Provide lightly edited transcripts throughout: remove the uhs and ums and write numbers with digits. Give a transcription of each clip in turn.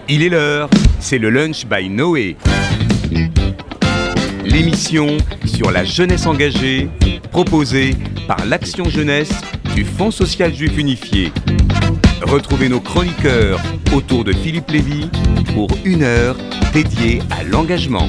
Il est l'heure, c'est le Lunch by Noé. L'émission sur la jeunesse engagée, proposée par l'Action Jeunesse du Fonds social juif unifié. Retrouvez nos chroniqueurs autour de Philippe Lévy pour 1 heure dédiée à l'engagement.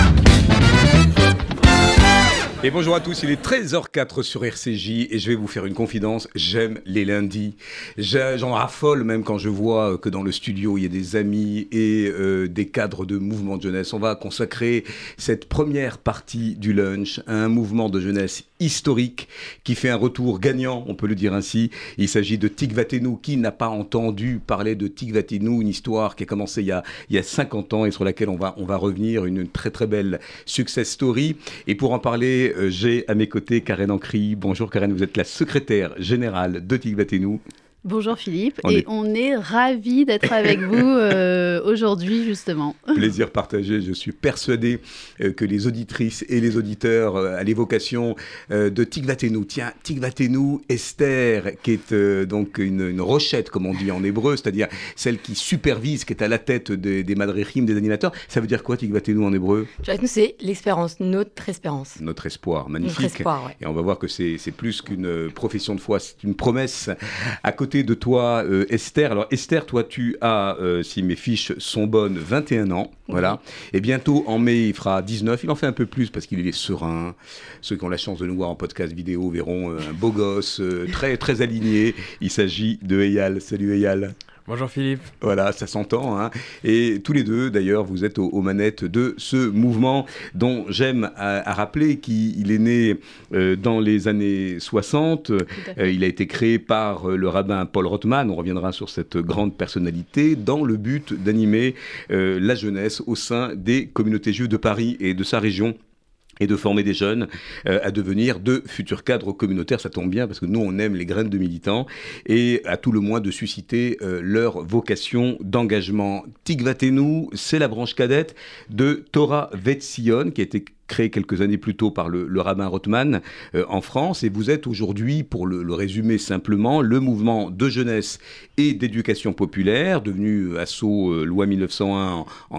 Et bonjour à tous, il est 13h04 sur RCJ et je vais vous faire une confidence, j'aime les lundis. J'en raffole même quand je vois que dans le studio il y a des amis et des cadres de mouvements de jeunesse. On va consacrer cette première partie du lunch à un mouvement de jeunesse historique qui fait un retour gagnant, on peut le dire ainsi. Il s'agit de Tikvateinu. Qui n'a pas entendu parler de Tikvateinu, une histoire qui a commencé il y a 50 ans et sur laquelle on va revenir, une très très belle success story. Et pour en parler, j'ai à mes côtés Karen Ancry. Bonjour Karen, vous êtes la secrétaire générale de Tikvateinu. Bonjour Philippe, on est ravis d'être avec vous aujourd'hui justement. Plaisir partagé, je suis persuadé que les auditrices et les auditeurs à l'évocation de Tikvateinu. Tiens, Tikvateinu, Esther, qui est donc une rochette comme on dit en hébreu, c'est-à-dire celle qui supervise, qui est à la tête des madrichim, des animateurs. Ça veut dire quoi Tikvateinu en hébreu? Tikvateinu, c'est l'espérance, notre espérance. Notre espoir, magnifique. Notre espoir, ouais. Et on va voir que c'est plus qu'une profession de foi, c'est une promesse. À côté de toi, Esther. Alors Esther, toi tu as, si mes fiches sont bonnes, 21 ans, voilà. Et bientôt en mai il fera 19, il en fait un peu plus parce qu'il est serein. Ceux qui ont la chance de nous voir en podcast vidéo verront un beau gosse, très, très aligné. Il s'agit de Eyal. Salut Eyal. Bonjour Philippe. Voilà, ça s'entend, hein. Et tous les deux, d'ailleurs, vous êtes aux manettes de ce mouvement dont j'aime à rappeler qu'il est né dans les années 60. Il a été créé par le rabbin Paul Rothman. On reviendra sur cette grande personnalité dans le but d'animer la jeunesse au sein des communautés juives de Paris et de sa région, et de former des jeunes à devenir de futurs cadres communautaires. Ça tombe bien parce que nous, on aime les graines de militants et à tout le moins de susciter leur vocation d'engagement. Tikvateinu, c'est la branche cadette de Torah Vetzion qui a été créé quelques années plus tôt par le rabbin Rothman en France, et vous êtes aujourd'hui, pour le résumer simplement, le mouvement de jeunesse et d'éducation populaire, devenu Asso loi 1901 en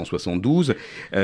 1972,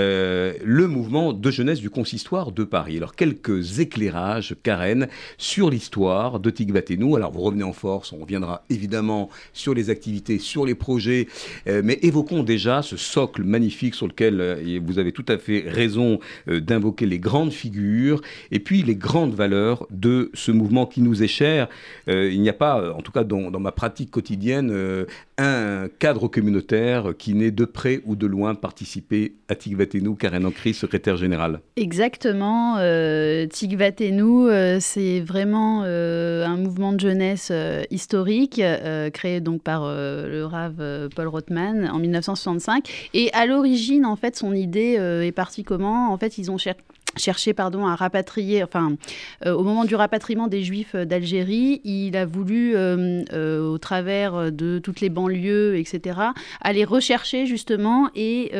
le mouvement de jeunesse du consistoire de Paris. Alors quelques éclairages, Karen, sur l'histoire de Tikvateinu. Alors vous revenez en force, on reviendra évidemment sur les activités, sur les projets, mais évoquons déjà ce socle magnifique sur lequel vous avez tout à fait raison d'invoquer les grandes figures et puis les grandes valeurs de ce mouvement qui nous est cher. Il n'y a pas, en tout cas dans ma pratique quotidienne, un cadre communautaire qui n'ait de près ou de loin participé à Tikvateinu. Karen Ancry, secrétaire générale. Exactement. Tikvateinu, c'est vraiment un mouvement de jeunesse historique créé donc par le Rav Paul Rothman en 1965. Et à l'origine, en fait, son idée est partie comment ? En fait, ils ont cherché à rapatrier, au moment du rapatriement des Juifs d'Algérie, il a voulu, au travers de toutes les banlieues, etc., aller rechercher justement et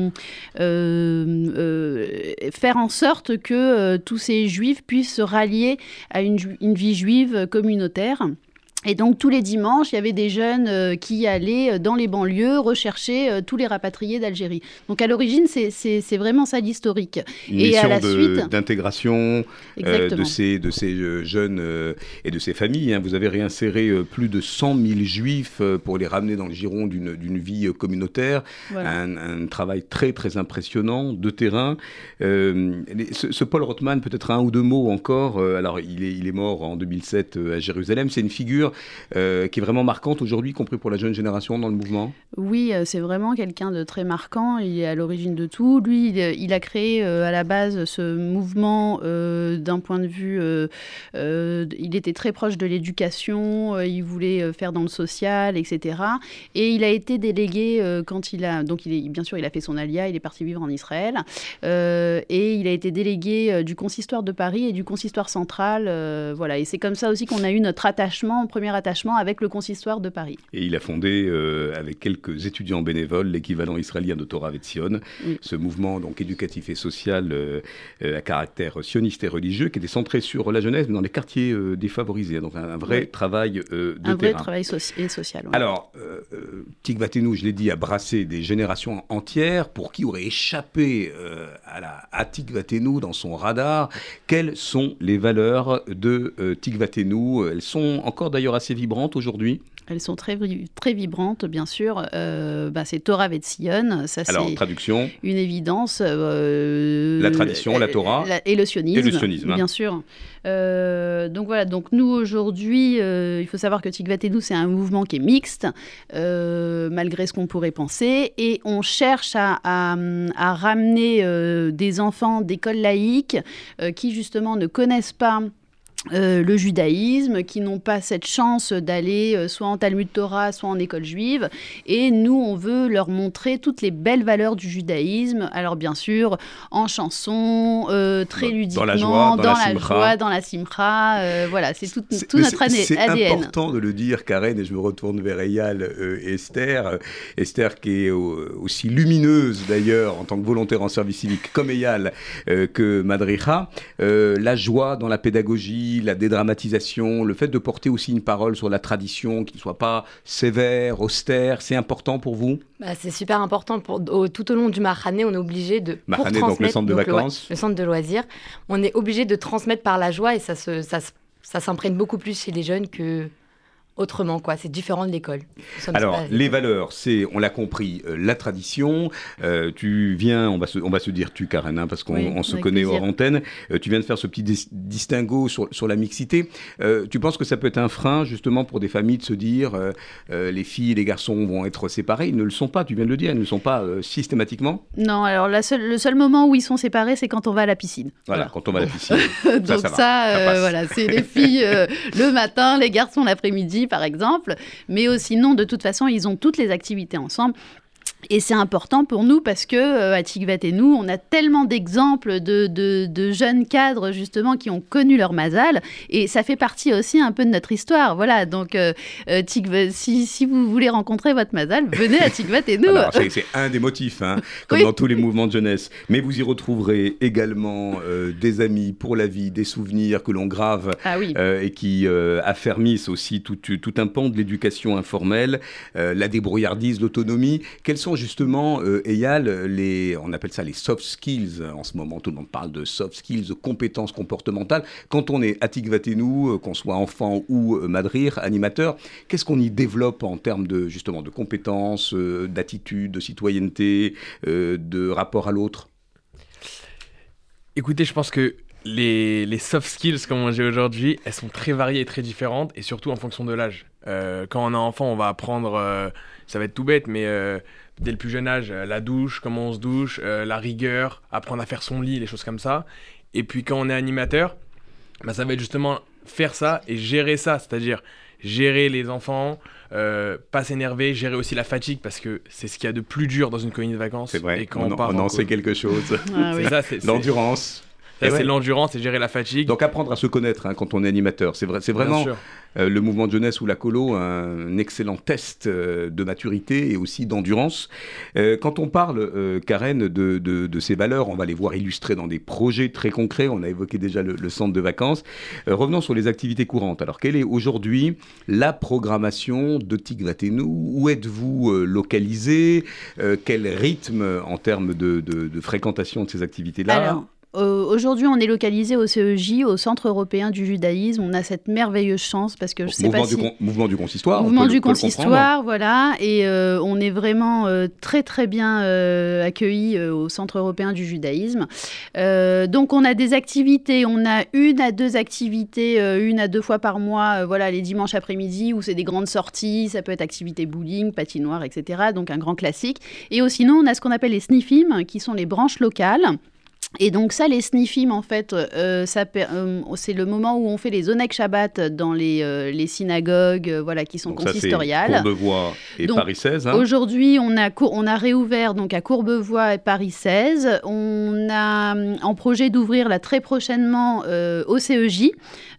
faire en sorte que tous ces Juifs puissent se rallier à une vie juive communautaire. Et donc, tous les dimanches, il y avait des jeunes qui allaient dans les banlieues rechercher tous les rapatriés d'Algérie. Donc, à l'origine, c'est vraiment ça l'historique. Une et mission à la suite, d'intégration de ces jeunes et de ces familles. Hein. Vous avez réinséré plus de 100 000 juifs pour les ramener dans le giron d'une vie communautaire. Voilà. Un travail très, très impressionnant de terrain. Ce Paul Rothman, peut-être un ou deux mots encore. Alors, il est mort en 2007 à Jérusalem. C'est une figure qui est vraiment marquante aujourd'hui, y compris pour la jeune génération dans le mouvement. Oui, c'est vraiment quelqu'un de très marquant. Il est à l'origine de tout. Lui, il a créé à la base ce mouvement d'un point de vue... il était très proche de l'éducation, il voulait faire dans le social, etc. Et il a été délégué quand il a... Donc, bien sûr, il a fait son alia, il est parti vivre en Israël. Et il a été délégué du consistoire de Paris et du consistoire central. Voilà. Et c'est comme ça aussi qu'on a eu notre attachement en premier premier attachement avec le consistoire de Paris. Et il a fondé, avec quelques étudiants bénévoles, l'équivalent israélien de Torah Vetzion, ce mouvement donc, éducatif et social à caractère sioniste et religieux, qui était centré sur la jeunesse, mais dans les quartiers défavorisés. Donc un vrai travail de terrain. Un vrai travail social. Ouais. Alors, Tikvateinu, je l'ai dit, a brassé des générations entières. Pour qui aurait échappé à Tikvateinu dans son radar? Quelles sont les valeurs de Tikvateinu? Elles sont encore d'ailleurs assez vibrantes aujourd'hui. Elles sont très vibrantes, bien sûr. C'est Torah Vetzion. Ça, alors, c'est traduction. Une évidence. La tradition, la Torah. Et le sionisme. Et le sionisme, bien sûr. Donc voilà, donc nous aujourd'hui, il faut savoir que Tikvateinu, c'est un mouvement qui est mixte, malgré ce qu'on pourrait penser. Et on cherche à ramener des enfants d'écoles laïques qui justement ne connaissent pas le judaïsme, qui n'ont pas cette chance d'aller soit en Talmud Torah, soit en école juive. Et nous, on veut leur montrer toutes les belles valeurs du judaïsme. Alors bien sûr, en chanson, très ludiquement, dans la joie, dans la simcha. Voilà, c'est tout notre ADN. C'est important de le dire, Karen, et je me retourne vers Eyal et Esther. Esther qui est aussi lumineuse d'ailleurs en tant que volontaire en service civique, comme Eyal, que Madricha. La joie dans la pédagogie, la dédramatisation, le fait de porter aussi une parole sur la tradition qui ne soit pas sévère, austère, c'est important pour vous? C'est super important. Tout au long du Mahané, on est obligé de... Mahané, donc le centre de vacances. Le centre de loisirs. On est obligé de transmettre par la joie et ça s'imprègne beaucoup plus chez les jeunes que... autrement, quoi. C'est différent de l'école. Alors, les valeurs, on l'a compris, la tradition. Tu viens, on va se dire tu, Karen, hein, parce qu'on se connaît hors antenne. Tu viens de faire ce petit distinguo sur la mixité. Tu penses que ça peut être un frein, justement, pour des familles de se dire les filles et les garçons vont être séparés? Ils ne le sont pas, tu viens de le dire, ils ne le sont pas systématiquement? Non, alors le seul moment où ils sont séparés, c'est quand on va à la piscine. Voilà. Quand on va à la piscine. Donc ça voilà, c'est les filles le matin, les garçons l'après-midi, par exemple, mais sinon, de toute façon, ils ont toutes les activités ensemble. Et c'est important pour nous parce que à Tikvateinu, on a tellement d'exemples de jeunes cadres justement qui ont connu leur mazal, et ça fait partie aussi un peu de notre histoire. Voilà, donc si vous voulez rencontrer votre mazal, venez à Tikvateinu. Alors, c'est un des motifs, hein, comme dans tous les mouvements de jeunesse. Mais vous y retrouverez également des amis pour la vie, des souvenirs que l'on grave et qui affermissent aussi tout un pan de l'éducation informelle, la débrouillardise, l'autonomie. Quels sont justement, Eyal, on appelle ça les soft skills en ce moment, tout le monde parle de soft skills, de compétences comportementales. Quand on est à Tikvateinu, qu'on soit enfant ou madrir, animateur, qu'est-ce qu'on y développe en termes justement de compétences, d'attitude, de citoyenneté, de rapport à l'autre? Écoutez, je pense que les soft skills, comme on dit aujourd'hui, elles sont très variées et très différentes, et surtout en fonction de l'âge. Quand on est enfant, on va apprendre, ça va être tout bête, mais dès le plus jeune âge, la douche, comment on se douche, la rigueur, apprendre à faire son lit, les choses comme ça. Et puis quand on est animateur, ça va être justement faire ça et gérer ça, c'est-à-dire gérer les enfants, pas s'énerver, gérer aussi la fatigue, parce que c'est ce qu'il y a de plus dur dans une colonie de vacances. C'est vrai, et quand on en sait quelque chose. C'est l'endurance. C'est l'endurance et gérer la fatigue. Donc apprendre à se connaître quand on est animateur. C'est vraiment le mouvement de jeunesse ou la colo, un excellent test de maturité et aussi d'endurance. Quand on parle, Karen, de ces valeurs, on va les voir illustrées dans des projets très concrets. On a évoqué déjà le centre de vacances. Revenons sur les activités courantes. Alors, quelle est aujourd'hui la programmation de Tikvateinu? Où êtes-vous localisé? Quel rythme en termes de fréquentation de ces activités-là? Aujourd'hui, on est localisé au CEJ, au Centre européen du judaïsme. On a cette merveilleuse chance parce que je sais pas si... Mouvement du consistoire. Mouvement du consistoire, voilà. Et on est vraiment très, très bien accueillis au Centre européen du judaïsme. Donc, on a des activités. On a 1 à 2 activités, 1 à 2 fois par mois, voilà, les dimanches après-midi où c'est des grandes sorties. Ça peut être activité bowling, patinoire, etc. Donc, un grand classique. Et sinon, on a ce qu'on appelle les SNIFIM, qui sont les branches locales. Et donc ça, les snifim, en fait, c'est le moment où on fait les Onek Shabbat dans les synagogues, voilà, qui sont donc consistoriales. Ça, c'est Courbevoie et donc, Paris 16. Hein. Aujourd'hui, on a réouvert donc à Courbevoie et Paris 16. On a en projet d'ouvrir là très prochainement au CEJ.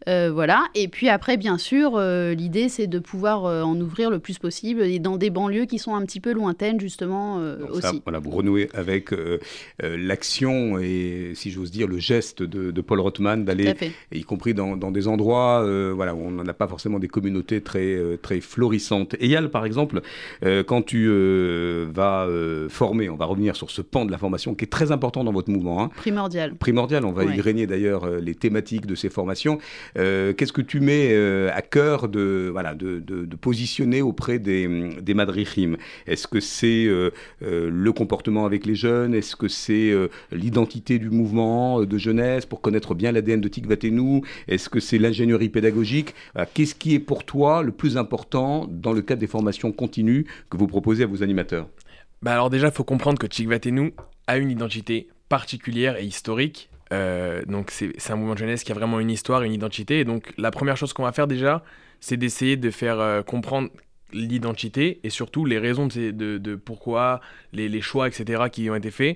Voilà. Et puis après, bien sûr, l'idée, c'est de pouvoir en ouvrir le plus possible et dans des banlieues qui sont un petit peu lointaines, justement, aussi. Ça, voilà, vous renouez avec l'action et, si j'ose dire, le geste de Paul Rothman d'aller, y compris dans des endroits voilà, où on n'en a pas forcément des communautés très florissantes. Eyal, par exemple, quand tu vas former, on va revenir sur ce pan de la formation qui est très important dans votre mouvement. Hein. Primordial, on va égrener d'ailleurs les thématiques de ces formations. Qu'est-ce que tu mets à cœur de positionner auprès des madrichim? Est-ce que c'est le comportement avec les jeunes? Est-ce que c'est l'identité du mouvement de jeunesse pour connaître bien l'ADN de Tikvateinu? Est-ce que c'est l'ingénierie pédagogique? Qu'est-ce qui est pour toi le plus important dans le cadre des formations continues que vous proposez à vos animateurs? Alors déjà, il faut comprendre que Tikvateinu a une identité particulière et historique. Donc c'est un mouvement de jeunesse qui a vraiment une histoire, une identité. Et donc la première chose qu'on va faire déjà, c'est d'essayer de faire comprendre l'identité et surtout les raisons de pourquoi, les choix, etc. qui ont été faits.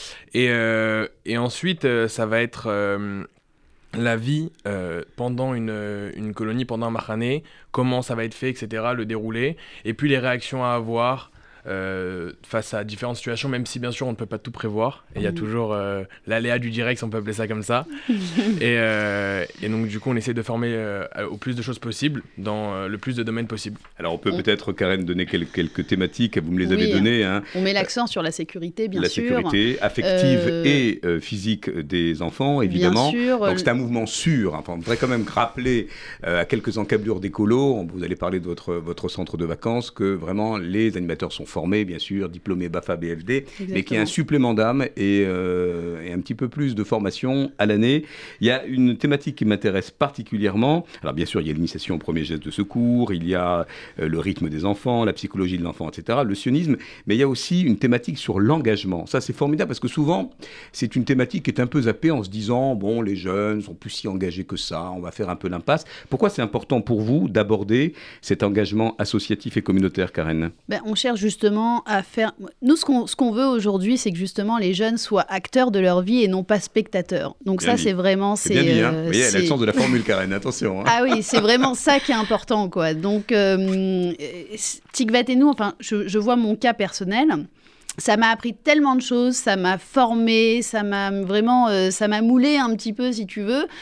Et ensuite, ça va être la vie pendant une colonie, pendant un mahané, comment ça va être fait, etc., le déroulé, et puis les réactions à avoir face à différentes situations, même si bien sûr on ne peut pas tout prévoir, et il y a toujours l'aléa du direct, si on peut appeler ça comme ça. Et donc du coup on essaie de former au plus de choses possibles dans le plus de domaines possibles. Alors on peut peut-être, Karen, donner quelques thématiques, vous me les avez données. Hein. On met l'accent sur la sécurité, bien sûr. La sécurité affective et physique des enfants, évidemment. Bien sûr. Donc c'est un mouvement sûr. Enfin, on devrait quand même rappeler à quelques encablures d'écolo, vous allez parler de votre centre de vacances, que vraiment les animateurs sont formés, bien sûr, diplômés BAFA, BFD, exactement, mais qu'il y a un supplément d'âme et un petit peu plus de formation à l'année. Il y a une thématique qui m'intéresse particulièrement. Alors bien sûr, il y a l'initiation au premier geste de secours, il y a le rythme des enfants, la psychologie de l'enfant, etc., le sionisme, mais il y a aussi une thématique sur l'engagement. Ça, c'est formidable parce que souvent, c'est une thématique qui est un peu zappée en se disant, bon, les jeunes sont plus si engagés que ça, on va faire un peu l'impasse. Pourquoi c'est important pour vous d'aborder cet engagement associatif et communautaire, Karen ? On cherche justement à faire... Nous, ce qu'on veut aujourd'hui, c'est que justement les jeunes soient acteurs de leur vie et non pas spectateurs. Donc bien ça, dit. C'est vraiment... C'est bien dit, hein. Vous voyez, elle a le sens de la formule, Karen, attention. Hein. Ah oui, c'est vraiment ça qui est important, quoi. Donc, Tikvateinu, enfin, je vois mon cas personnel... Ça m'a appris tellement de choses, ça m'a formé, ça m'a vraiment, ça m'a moulé un petit peu, si tu veux,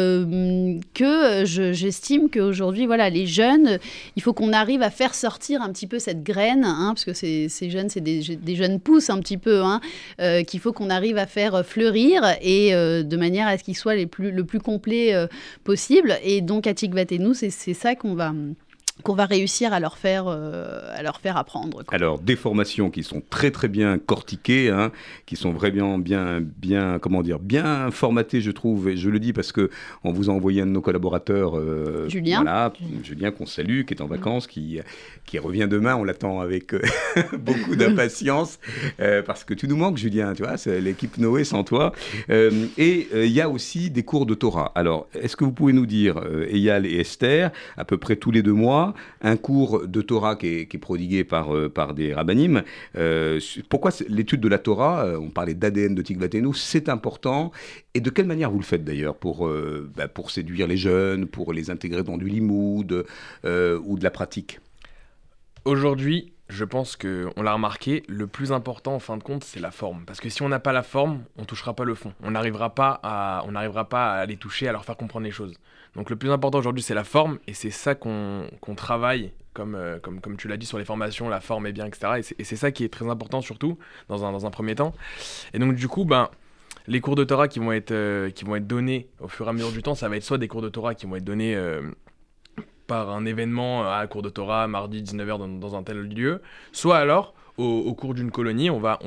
que j'estime qu'aujourd'hui, voilà, les jeunes, il faut qu'on arrive à faire sortir un petit peu cette graine, hein, parce que ces jeunes, c'est des jeunes pousses un petit peu, hein, qu'il faut qu'on arrive à faire fleurir et de manière à ce qu'ils soient le plus complet possible. Et donc à Tikvateinu, c'est ça qu'on va réussir à leur faire apprendre. Quoi. Alors, des formations qui sont très très bien cortiquées, hein, qui sont vraiment bien formatées, je trouve, et je le dis parce qu'on vous a envoyé un de nos collaborateurs, Julien, Julien qu'on salue, qui est en vacances, qui revient demain, on l'attend avec beaucoup d'impatience, parce que tu nous manques, Julien, tu vois, c'est l'équipe Noé sans toi. Et il y a aussi des cours de Torah. Alors, est-ce que vous pouvez nous dire, Eyal et Esther, à peu près tous les 2 mois, un cours de Torah qui est prodigué par des rabbinim. Pourquoi l'étude de la Torah, on parlait d'ADN de Tikvateinu, c'est important. Et de quelle manière vous le faites d'ailleurs pour séduire les jeunes, pour les intégrer dans du limoud ou de la pratique? Aujourd'hui, je pense qu'on l'a remarqué, le plus important en fin de compte, c'est la forme. Parce que si on n'a pas la forme, on ne touchera pas le fond. On n'arrivera pas à les toucher, à leur faire comprendre les choses. Donc le plus important aujourd'hui, c'est la forme, et c'est ça qu'on travaille, comme tu l'as dit sur les formations, la forme est bien, etc. Et c'est ça qui est très important, surtout, dans un premier temps. Et donc du coup, les cours de Torah qui vont être donnés au fur et à mesure du temps, ça va être soit des cours de Torah qui vont être donnés par un événement à cours de Torah, mardi 19h dans un tel lieu, soit alors, au cours d'une colonie, on va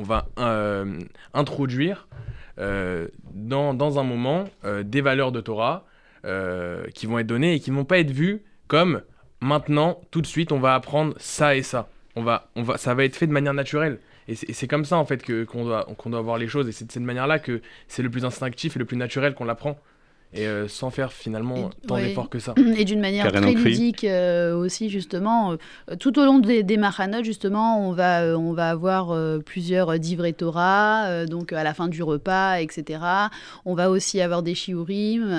introduire dans un moment des valeurs de Torah, qui vont être données et qui ne vont pas être vues comme maintenant, tout de suite, on va apprendre ça et ça. Ça va être fait de manière naturelle. Et c'est comme ça en fait qu'on doit voir les choses. Et c'est de cette manière-là que c'est le plus instinctif et le plus naturel qu'on l'apprend. et sans faire finalement tant d'efforts que ça. Et d'une manière très ludique aussi, justement. Tout au long des Machanot, justement, on va avoir plusieurs divrei Torah, donc à la fin du repas, etc. On va aussi avoir des shiurim.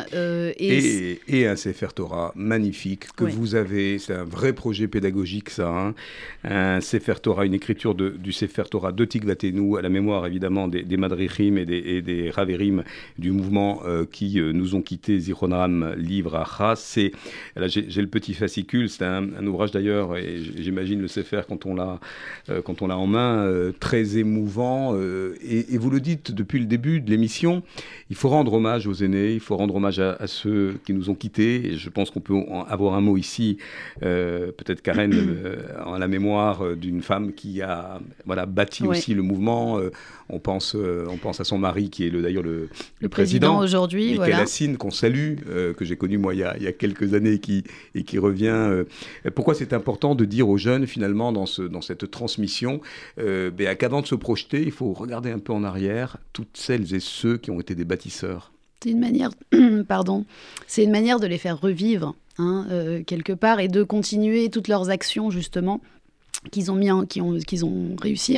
Et un Sefer Torah magnifique que vous avez. C'est un vrai projet pédagogique, ça. Hein. Un Sefer Torah, une écriture du Sefer Torah de Tikvateinu, à la mémoire évidemment des Madrichim et des Raverim du mouvement qui nous ont quittés, Zichronam Livre Achas. Là, j'ai le petit fascicule, c'est un ouvrage d'ailleurs, et j'imagine le Sefer quand on l'a en main, très émouvant. Et vous le dites depuis le début de l'émission, il faut rendre hommage aux aînés, il faut rendre hommage à ceux qui nous ont quittés. Et je pense qu'on peut avoir un mot ici, peut-être Karen, en la mémoire d'une femme qui a bâti aussi le mouvement. On pense à son mari qui est d'ailleurs le président aujourd'hui, Michael Hassine, qu'on salue, que j'ai connu moi il y a quelques années et qui revient. Pourquoi c'est important de dire aux jeunes finalement dans cette transmission qu'avant de se projeter, il faut regarder un peu en arrière toutes celles et ceux qui ont été des bâtisseurs. C'est une manière, c'est une manière de les faire revivre quelque part et de continuer toutes leurs actions justement qu'ils ont réussi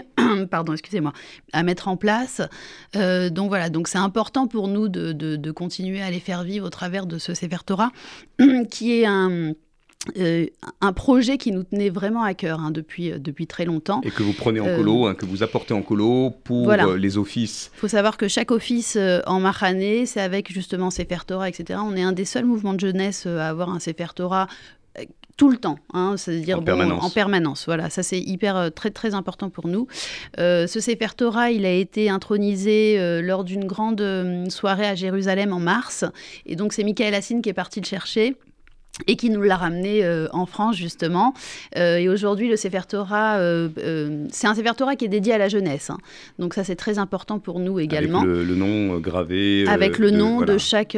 à mettre en place. Donc voilà, donc c'est important pour nous de continuer à les faire vivre au travers de ce Sefer Torah, qui est un projet qui nous tenait vraiment à cœur depuis très longtemps. Et que vous prenez en colo, que vous apportez en colo pour les offices. Il faut savoir que chaque office en Machané, c'est avec justement Sefer Torah, etc. On est un des seuls mouvements de jeunesse à avoir un Sefer Torah tout le temps, c'est-à-dire en permanence. Voilà, ça c'est très très important pour nous. Ce Sefer Torah, il a été intronisé lors d'une grande soirée à Jérusalem en mars, et donc c'est Michael Hassine qui est parti le chercher et qui nous l'a ramené en France, justement. Et aujourd'hui, le Sefer Torah, c'est un Sefer Torah qui est dédié à la jeunesse. Donc ça, c'est très important pour nous également. Avec le nom gravé. Avec le nom de chaque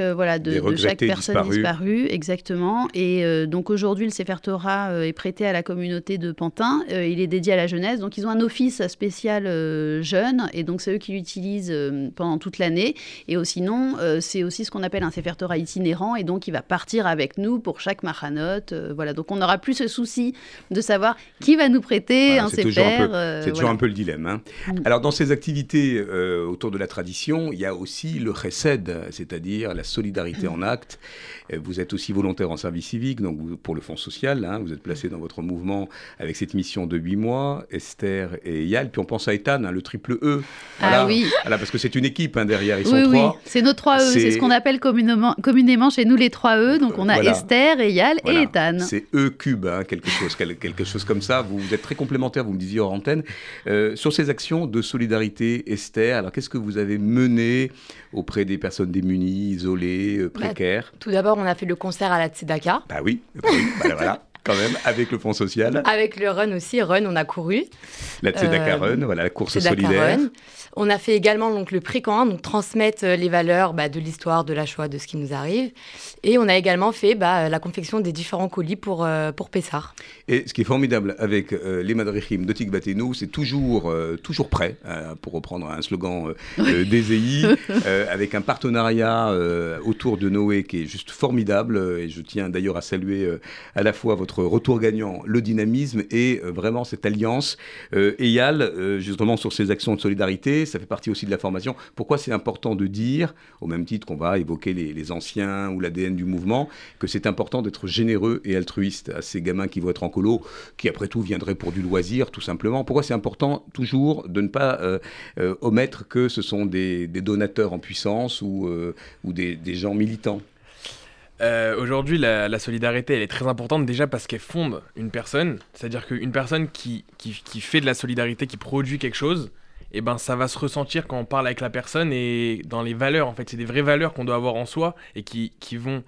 personne disparue. Exactement. Et donc aujourd'hui, le Sefer Torah est prêté à la communauté de Pantin. Il est dédié à la jeunesse. Donc ils ont un office spécial jeune. Et donc c'est eux qui l'utilisent pendant toute l'année. Et sinon, c'est aussi ce qu'on appelle un Sefer Torah itinérant. Et donc il va partir avec nous pour chaque Machanot, voilà. Donc on n'aura plus ce souci de savoir qui va nous prêter un Sefer. C'est toujours un peu le dilemme. Hein. Alors dans ces activités autour de la tradition, il y a aussi le chesed, c'est-à-dire la solidarité en acte. Vous êtes aussi volontaire en service civique, donc pour le Fonds social, vous êtes placé dans votre mouvement avec cette mission de 8 mois, Esther et Eyal. Puis on pense à Ethan, le triple E. Voilà. Ah oui. Voilà, parce que c'est une équipe derrière, ils sont trois. Oui, c'est nos 3 E, c'est ce qu'on appelle communément chez nous les 3 E. Donc on a Esther, Eyal et Ethan. C'est E cube, quelque chose comme ça. Vous êtes très complémentaires, vous me disiez hors antenne. Sur ces actions de solidarité, Esther, alors qu'est-ce que vous avez mené auprès des personnes démunies, isolées, précaires? Tout d'abord, on a fait le concert à la Tzedaka. Bah oui, voilà. Quand même, avec le Fonds social. Avec le Run aussi, on a couru. La Tzedaka Run, la course solidaire. Run. On a fait également donc, le prix Camp, donc transmettre les valeurs de l'histoire, de la Shoah, de ce qui nous arrive. Et on a également fait la confection des différents colis pour Pessah. Et ce qui est formidable avec les Madrichim de Tikvateinu, c'est toujours prêt, pour reprendre un slogan d'Ezei, avec un partenariat autour de Noé qui est juste formidable. Et je tiens d'ailleurs à saluer à la fois votre retour gagnant, le dynamisme et vraiment cette alliance. Eyal, justement sur ces actions de solidarité, ça fait partie aussi de la formation. Pourquoi c'est important de dire, au même titre qu'on va évoquer les anciens ou l'ADN du mouvement, que c'est important d'être généreux et altruiste à ces gamins qui vont être en colo, qui après tout viendraient pour du loisir, tout simplement. Pourquoi c'est important toujours de ne pas omettre que ce sont des donateurs en puissance ou des gens militants? Aujourd'hui, la solidarité, elle est très importante déjà parce qu'elle fonde une personne. C'est-à-dire qu'une personne qui fait de la solidarité, qui produit quelque chose, ça va se ressentir quand on parle avec la personne et dans les valeurs. En fait, c'est des vraies valeurs qu'on doit avoir en soi et qui vont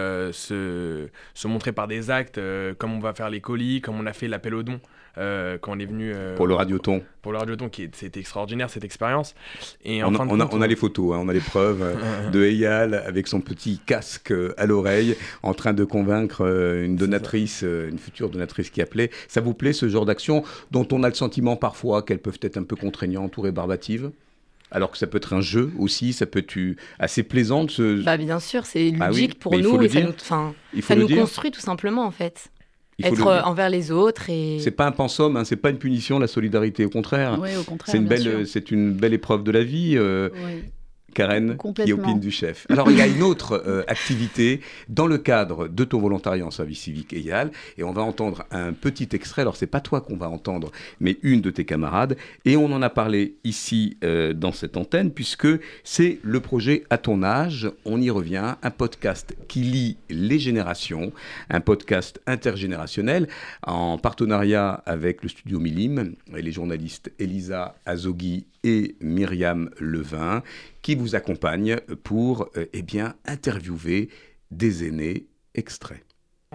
se montrer par des actes, comme on va faire les colis, comme on a fait l'appel aux dons. Quand on est venu pour le radioton. Pour le radioton, c'était extraordinaire cette expérience. Et on a les photos, on a les preuves de Eyal avec son petit casque à l'oreille, en train de convaincre une donatrice, une future donatrice qui appelait. Ça vous plaît ce genre d'action dont on a le sentiment parfois qu'elles peuvent être un peu contraignantes ou rébarbatives? alors que ça peut être un jeu aussi, ça peut être assez plaisant de se... Bah, bien sûr, c'est ludique oui, pour il faut nous le et dire. ça nous construit tout simplement en fait. Il faut Être envers les autres et... C'est pas un pensum, hein, c'est pas une punition, la solidarité, au contraire. Oui, au contraire, C'est une belle épreuve de la vie. Oui. Karen, qui opine du chef. Alors, il y a une autre activité dans le cadre de ton volontariat en service civique Eyal, et on va entendre un petit extrait. Alors, c'est pas toi qu'on va entendre, mais une de tes camarades, et on en a parlé ici dans cette antenne, puisque c'est le projet À ton âge. On y revient, un podcast qui lie les générations, un podcast intergénérationnel en partenariat avec le studio Milim et les journalistes Elisa Azogui et Myriam Levin, qui vous accompagnent pour interviewer des aînés. Extrait.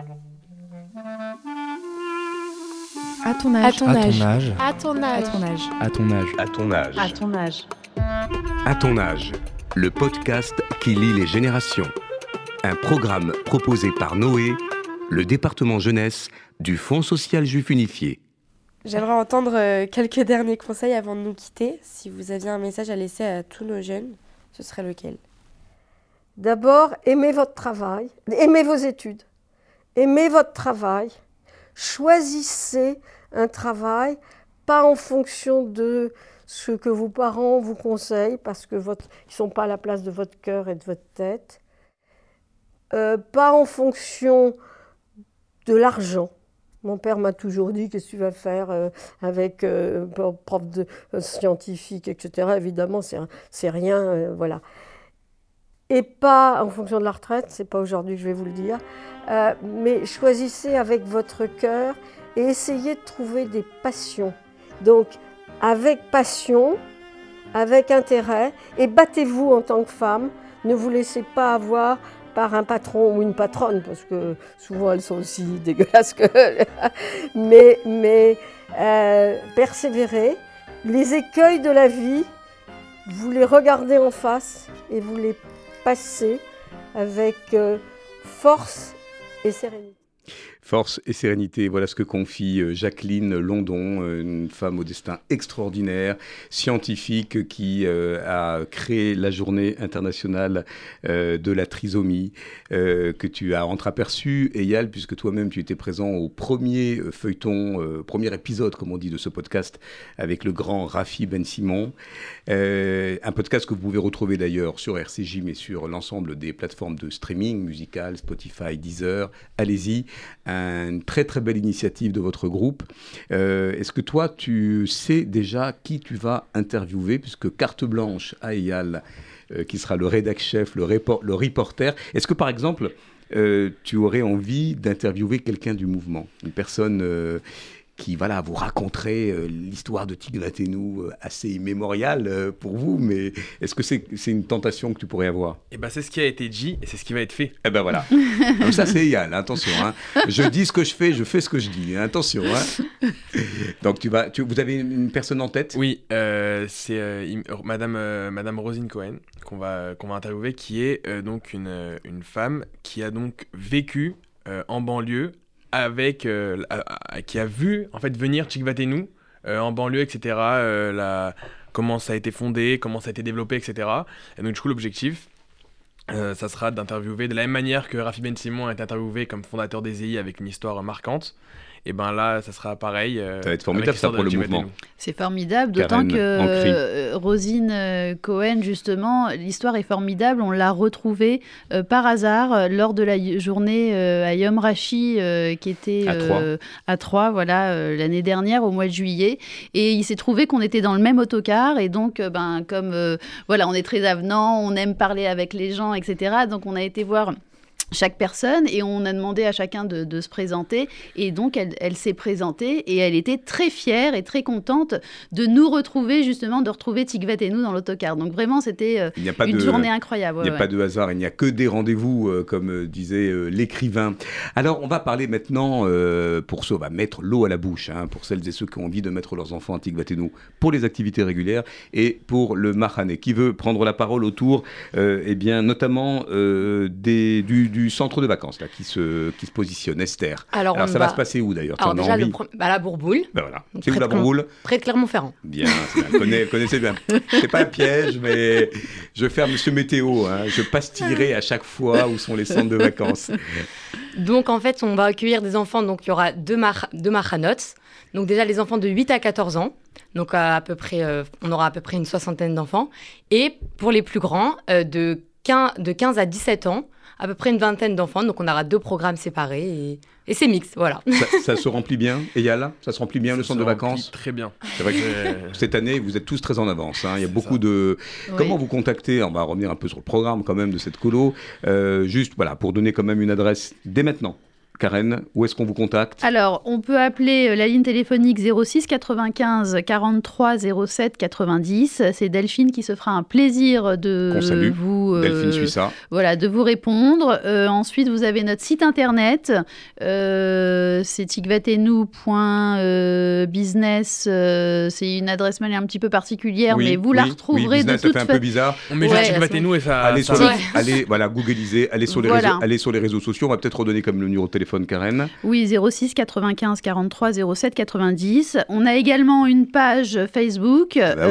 À ton âge. À ton âge. À ton âge. À ton âge. À ton âge. À ton âge. À ton âge. À ton âge. Le podcast qui lie les générations. Un programme proposé par Noé, le département jeunesse du Fonds social juif unifié. J'aimerais entendre quelques derniers conseils avant de nous quitter. Si vous aviez un message à laisser à tous nos jeunes, ce serait lequel ? D'abord, aimez votre travail, aimez vos études, aimez votre travail, choisissez un travail, pas en fonction de ce que vos parents vous conseillent, parce qu'ils ne sont pas à la place de votre cœur et de votre tête, pas en fonction de l'argent. Mon père m'a toujours dit, qu'est-ce que tu vas faire avec prof de scientifique, etc. Évidemment, c'est rien, voilà. Et pas en fonction de la retraite, c'est pas aujourd'hui que je vais vous le dire, mais choisissez avec votre cœur et essayez de trouver des passions. Donc, avec passion, avec intérêt, et battez-vous en tant que femme, ne vous laissez pas avoir par un patron ou une patronne, parce que souvent elles sont aussi dégueulasses que... mais persévérez. Les écueils de la vie, vous les regardez en face et vous les passez avec force et sérénité. Force et sérénité, voilà ce que confie Jacqueline London, une femme au destin extraordinaire, scientifique qui a créé la journée internationale de la trisomie, que tu as entreaperçu, Eyal, puisque toi-même tu étais présent au premier feuilleton, premier épisode, comme on dit, de ce podcast avec le grand Rafi Ben Simon. Un podcast que vous pouvez retrouver d'ailleurs sur RCJ, mais sur l'ensemble des plateformes de streaming, musical, Spotify, Deezer. Allez-y. Une très très belle initiative de votre groupe. Est-ce que toi, tu sais déjà qui tu vas interviewer, puisque carte blanche à Eyal, qui sera le rédac-chef, le reporter. Est-ce que par exemple, tu aurais envie d'interviewer quelqu'un du mouvement, une personne qui vous raconterait l'histoire de Tiglath-Henou assez immémoriale pour vous, mais est-ce que c'est une tentation que tu pourrais avoir ? Eh ben, c'est ce qui a été dit et c'est ce qui va être fait. Eh ben voilà. Comme ça, c'est Eyal, attention. Hein. Je dis ce que je fais ce que je dis. Hein. Attention. Hein. Donc, vous avez une personne en tête ? Oui, c'est Madame Rosine Cohen qu'on va interviewer, qui est donc une femme qui a donc vécu en banlieue, qui a vu en fait venir Tiglath-Henou en banlieue, etc. Comment ça a été fondé, comment ça a été développé, etc. Et donc du coup l'objectif, ça sera d'interviewer de la même manière que Rafi Ben Simon a été interviewé comme fondateur des EI avec une histoire marquante. Et ben là, ça sera pareil. Ça va être formidable ça pour le mouvement. C'est formidable, d'autant que Rosine Cohen, justement, l'histoire est formidable. On l'a retrouvée par hasard lors de la journée à Yom Rashi qui était à Troyes, l'année dernière, au mois de juillet. Et il s'est trouvé qu'on était dans le même autocar. Et donc, comme on est très avenant, on aime parler avec les gens, etc. Donc, on a été voir chaque personne et on a demandé à chacun de se présenter, et donc elle s'est présentée et elle était très fière et très contente de nous retrouver, justement de retrouver Tiglath-Henou dans l'autocar. Donc vraiment c'était une journée incroyable. Il n'y a pas de hasard, il n'y a que des rendez-vous comme disait l'écrivain. Alors on va parler maintenant pour ça, on va mettre l'eau à la bouche pour celles et ceux qui ont envie de mettre leurs enfants à Tiglath-Henou pour les activités régulières et pour le Mahané. Qui veut prendre la parole autour notamment du du centre de vacances là, qui se positionne, Esther. Alors ça va se passer où d'ailleurs? Alors déjà, la Bourboule. Ben voilà. C'est où la Bourboule? Près de Clermont-Ferrand. Bien, connaissez bien. C'est pas un piège, mais je vais faire Monsieur Météo. Je pastillerai à chaque fois où sont les centres de vacances. Donc en fait, on va accueillir des enfants, donc il y aura deux Machanots. Donc déjà les enfants de 8 à 14 ans. Donc on aura à peu près une 60aine d'enfants. Et pour les plus grands, de 15 à 17 ans, à peu près une 20aine d'enfants. Donc on aura 2 programmes séparés et c'est mixte, voilà. Ça se remplit bien, Eyal? Ça se remplit bien le centre de vacances? Très bien. C'est vrai que cette année, vous êtes tous très en avance. Il y a beaucoup de... Oui. Comment vous contacter? On va revenir un peu sur le programme quand même de cette colo. Juste pour donner quand même une adresse dès maintenant. Karen, où est-ce qu'on vous contacte? Alors, on peut appeler la ligne téléphonique 06 95 43 07 90. C'est Delphine qui se fera un plaisir de vous... Delphine suit ça. Voilà, de vous répondre. Ensuite, vous avez notre site internet. C'est tigvatenou.business. C'est une adresse mail un petit peu particulière, mais vous la retrouverez business, de toute façon. Ça fait un peu bizarre. On met juste Tigvatenou et ça... Allez, googliser, allez sur les réseaux sociaux. On va peut-être redonner comme le numéro de téléphone, Karen. Oui, 06 95 43 07 90. On a également une page Facebook,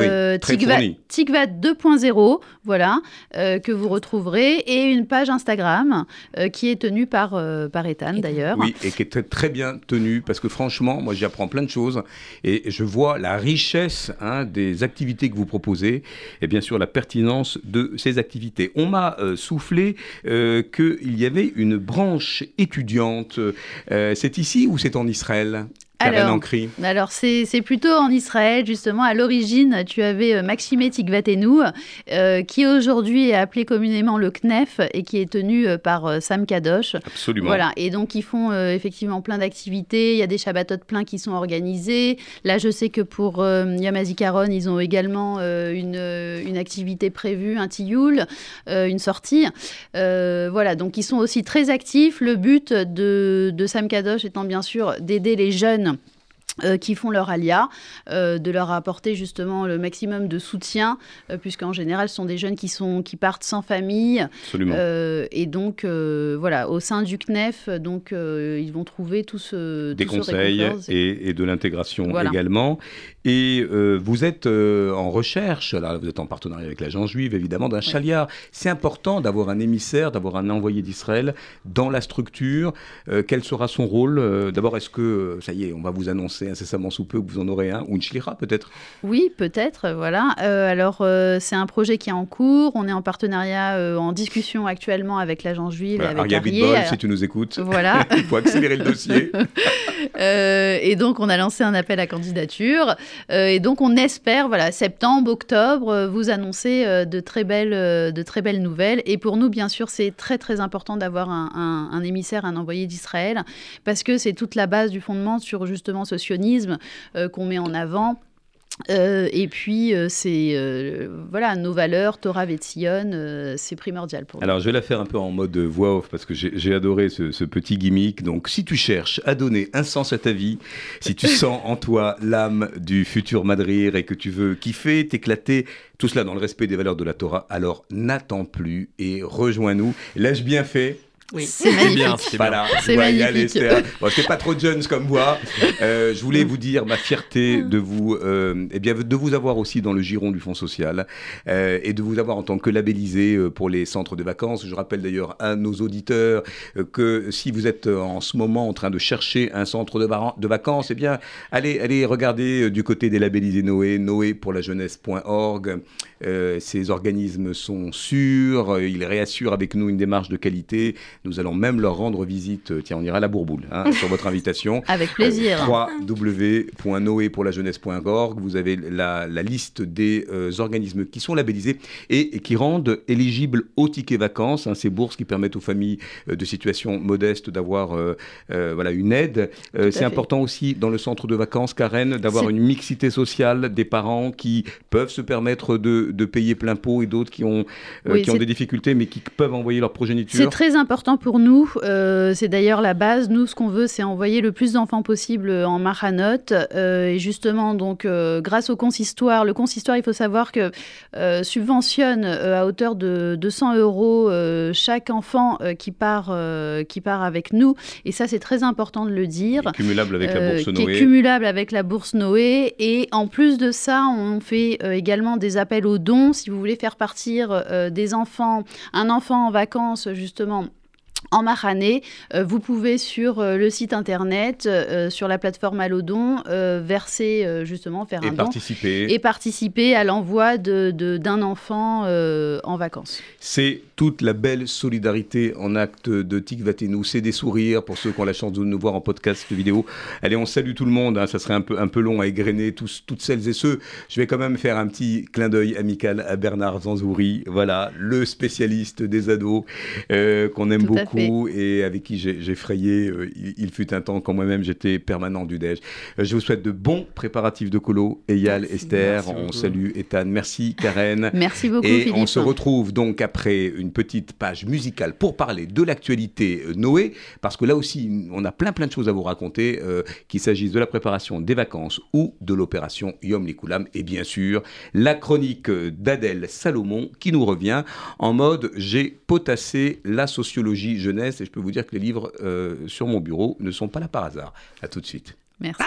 Tigvat 2.0, voilà, que vous retrouverez, et une page Instagram qui est tenue par Ethan d'ailleurs. Oui, et qui est très bien tenue, parce que franchement, moi j'y apprends plein de choses, et je vois la richesse des activités que vous proposez, et bien sûr la pertinence de ces activités. On m'a soufflé qu'il y avait une branche étudiante. C'est ici ou c'est en Israël? Alors c'est plutôt en Israël, justement. À l'origine, tu avais Maxime Tigvatenou, qui aujourd'hui est appelé communément le CNEF et qui est tenu par Sam Kadosh. Absolument. Voilà, et donc ils font effectivement plein d'activités. Il y a des Shabbatot pleins qui sont organisés. Là, je sais que pour Yom HaZikaron, ils ont également une activité prévue, un tioul, une sortie. Voilà, donc ils sont aussi très actifs. Le but de Sam Kadosh étant bien sûr d'aider les jeunes qui font leur alia, de leur apporter justement le maximum de soutien, puisqu'en général, ce sont des jeunes qui partent sans famille. Absolument. Et donc, voilà, au sein du CNEF, donc, ils vont trouver des conseils et de l'intégration également. Et vous êtes en recherche, là, vous êtes en partenariat avec l'Agence juive, évidemment, d'un chaliar. C'est important d'avoir un émissaire, d'avoir un envoyé d'Israël dans la structure. Quel sera son rôle? D'abord, est-ce que, ça y est, on va vous annoncer incessamment sous peu que vous en aurez un, ou une shlicha peut-être? Oui, peut-être, voilà. Alors, c'est un projet qui est en cours. On est en partenariat, en discussion actuellement avec l'Agence juive et avec Aria Bitbol, si tu nous écoutes. Voilà. Il faut accélérer le dossier. Et donc, on a lancé un appel à candidature. Et donc, on espère, septembre, octobre, vous annoncer de très belles nouvelles. Et pour nous, bien sûr, c'est très, très important d'avoir un émissaire, un envoyé d'Israël, parce que c'est toute la base du fondement sur justement ce sionisme qu'on met en avant. Et puis, nos valeurs, Torah Vetzion, c'est primordial pour nous. Alors, je vais la faire un peu en mode voix off, parce que j'ai adoré ce petit gimmick. Donc, si tu cherches à donner un sens à ta vie, si tu sens en toi l'âme du futur Madrir et que tu veux kiffer, t'éclater, tout cela dans le respect des valeurs de la Torah, alors n'attends plus et rejoins-nous. L'ai-je bien fait? Oui, c'est magnifique. Voilà, c'est magnifique. Bon, c'est pas trop Jones comme voix. Je voulais vous dire ma fierté de vous, de vous avoir aussi dans le giron du Fonds social et de vous avoir en tant que labellisé pour les centres de vacances. Je rappelle d'ailleurs à nos auditeurs que si vous êtes en ce moment en train de chercher un centre de vacances, allez regarder du côté des labellisés noé.lajeunesse.org. Ces organismes sont sûrs, ils réassurent avec nous une démarche de qualité. Nous allons même leur rendre visite. Tiens, on ira à la Bourboule, sur votre invitation. Avec plaisir. www.noé.lajeunesse.org. Vous avez la liste des organismes qui sont labellisés et qui rendent éligibles au ticket vacances, ces bourses qui permettent aux familles de situation modeste d'avoir une aide. C'est important aussi dans le centre de vacances, Karen, d'avoir une mixité sociale des parents qui peuvent se permettre de payer plein pot et d'autres qui ont des difficultés mais qui peuvent envoyer leur progéniture. C'est très important important pour nous. C'est d'ailleurs la base. Nous, ce qu'on veut, c'est envoyer le plus d'enfants possible en Mahanot. Et justement, donc, grâce au consistoire, le consistoire, il faut savoir que subventionne à hauteur de 200 € chaque enfant qui part avec nous. Et ça, c'est très important de le dire. Cumulable avec la bourse Noé. Qui est cumulable avec la bourse Noé. Et en plus de ça, on fait également des appels aux dons. Si vous voulez faire partir des enfants, un enfant en vacances, justement, en Mahané, vous pouvez sur le site internet, sur la plateforme Allodon, verser justement, faire un don et participer à l'envoi d'un enfant en vacances. C'est toute la belle solidarité en acte de Tikvateinu. C'est des sourires pour ceux qui ont la chance de nous voir en podcast vidéo. Allez, on salue tout le monde. Hein, ça serait un peu long à égrener toutes celles et ceux. Je vais quand même faire un petit clin d'œil amical à Bernard Zanzouri. Voilà, le spécialiste des ados qu'on aime beaucoup. Et avec qui j'ai frayé, il fut un temps quand moi-même j'étais permanent du DEJ. Je vous souhaite de bons préparatifs de colo. Eyal, Esther, on salue Ethan. Merci Karen. Merci beaucoup et Philippe. On se retrouve donc après une petite page musicale pour parler de l'actualité Noé, parce que là aussi on a plein de choses à vous raconter, qu'il s'agisse de la préparation des vacances ou de l'opération Yom Likoulam, et bien sûr la chronique d'Adèle Salomon qui nous revient en mode j'ai potassé la sociologie jeunesse, et je peux vous dire que les livres sur mon bureau ne sont pas là par hasard. À tout de suite. Merci.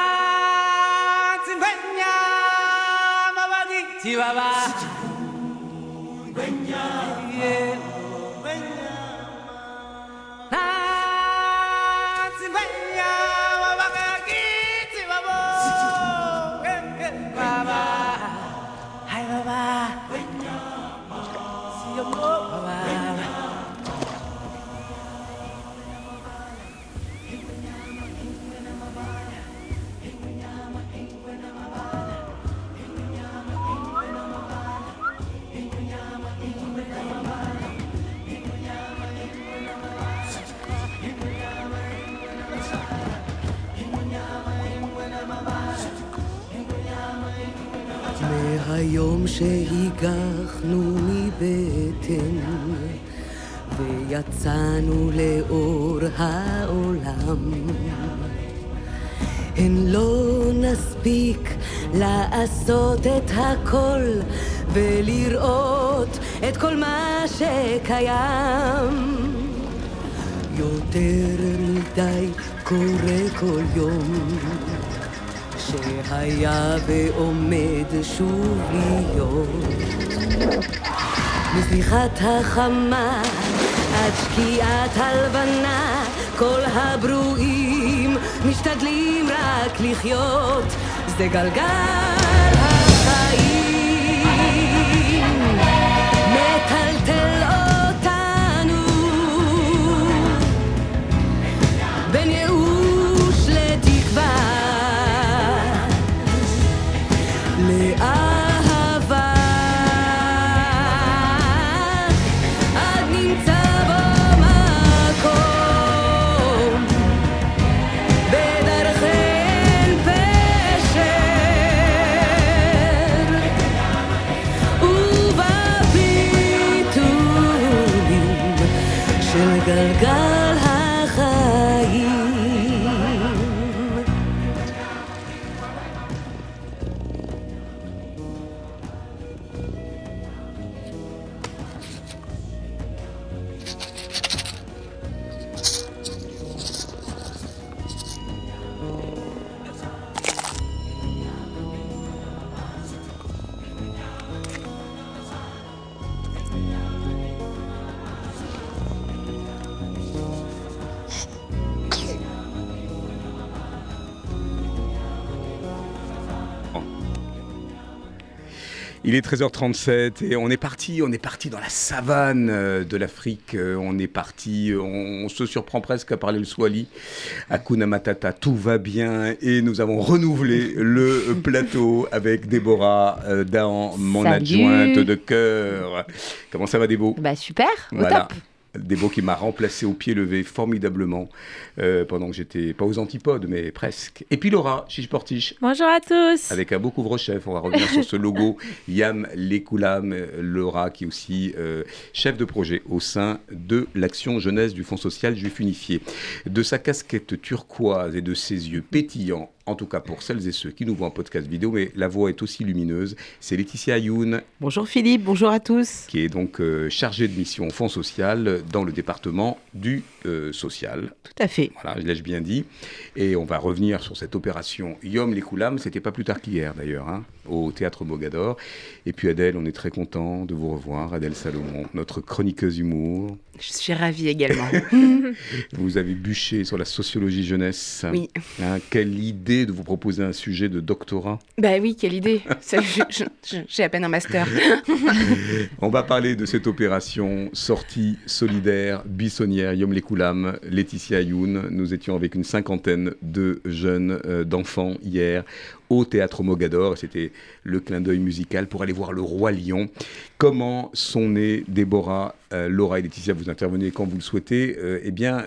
מהיום שהיגחנו מבטן ויצאנו לאור העולם, הן לא נספיק לעשות את הכל ולראות את כל מה שקיים. יותר מדי קורה כל יום שהיה ועומד שוב להיות. מזליחת החמה עד שקיעת הלבנה, כל הברואים משתדלים רק לחיות. זה גלגל החיים מטלטל אותנו בין ייאוש לתקווה, לאהבה, עד נמצא בו מקום בדרכן פשר ובביטולים של גלגל החיים. Il est 13h37 et on est parti dans la savane de l'Afrique. On se surprend presque à parler le Swahili. Hakuna Matata, tout va bien. Et nous avons renouvelé le plateau avec Déborah Dahan, mon adjointe de cœur. Comment ça va, Débo ? Bah super, voilà. au top. Debo qui m'a remplacé au pied levé formidablement pendant que j'étais pas aux antipodes, mais presque. Et puis Laura, Chiche-Portiche. Bonjour à tous. Avec un beau couvre-chef, on va revenir sur ce logo Yam Lekoulam. Laura qui est aussi chef de projet au sein de l'action jeunesse du Fonds social juif unifié. De sa casquette turquoise et de ses yeux pétillants, en tout cas pour celles et ceux qui nous voient en podcast vidéo, mais la voix est aussi lumineuse, c'est Laetitia Ayoun. Bonjour Philippe, bonjour à tous. Qui est donc chargée de mission au Fonds social dans le département du social. Tout à fait. Voilà, l'ai-je bien dit. Et on va revenir sur cette opération Yom Lekoulam, c'était pas plus tard qu'hier d'ailleurs, hein, au Théâtre Mogador. Et puis Adèle, on est très content de vous revoir, Adèle Salomon, notre chroniqueuse humour. Je suis ravie également. Vous avez bûché sur la sociologie jeunesse. Oui. Hein, quelle idée de vous proposer un sujet de doctorat. Bah oui, quelle idée. J'ai à peine un master. On va parler de cette opération sortie solidaire, buissonnière, Yom Lekoulam, Laetitia Ayoun. Nous étions avec une 50aine de jeunes, d'enfants hier, au Théâtre Mogador. C'était le clin d'œil musical pour aller voir le Roi Lion. Comment sont nées Déborah, Laura et Laetitia, vous intervenez quand vous le souhaitez. Eh bien,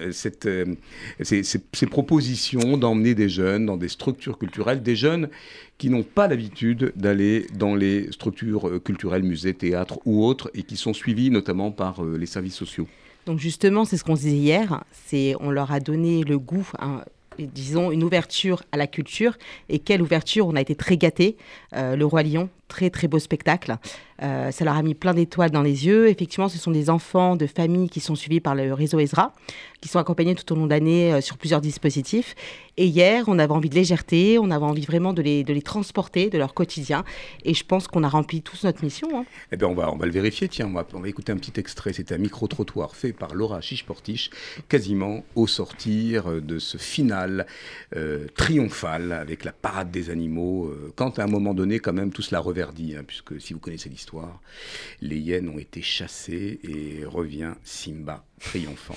ces propositions d'emmener des jeunes dans des structures culturelles, des jeunes qui n'ont pas l'habitude d'aller dans les structures culturelles, musées, théâtres ou autres, et qui sont suivis notamment par les services sociaux. Donc justement, c'est ce qu'on se disait hier, on leur a donné le goût, disons, une ouverture à la culture. Et quelle ouverture, on a été très gâtés. Le Roi Lion, très très beau spectacle. Ça leur a mis plein d'étoiles dans les yeux. Effectivement, ce sont des enfants de familles qui sont suivis par le réseau Ezra, qui sont accompagnés tout au long de l'année sur plusieurs dispositifs. Et hier, on avait envie de légèreté, on avait envie vraiment de les transporter de leur quotidien. Et je pense qu'on a rempli tous notre mission. Hein. Eh bien, on va le vérifier. Tiens, on va écouter un petit extrait. C'était un micro-trottoir fait par Laura Chiche-Portiche, quasiment au sortir de ce final triomphal avec la parade des animaux. Quand à un moment donné, quand même, tout cela reverdit, hein, puisque si vous connaissez l'histoire, les hyènes ont été chassées et revient Simba triomphant.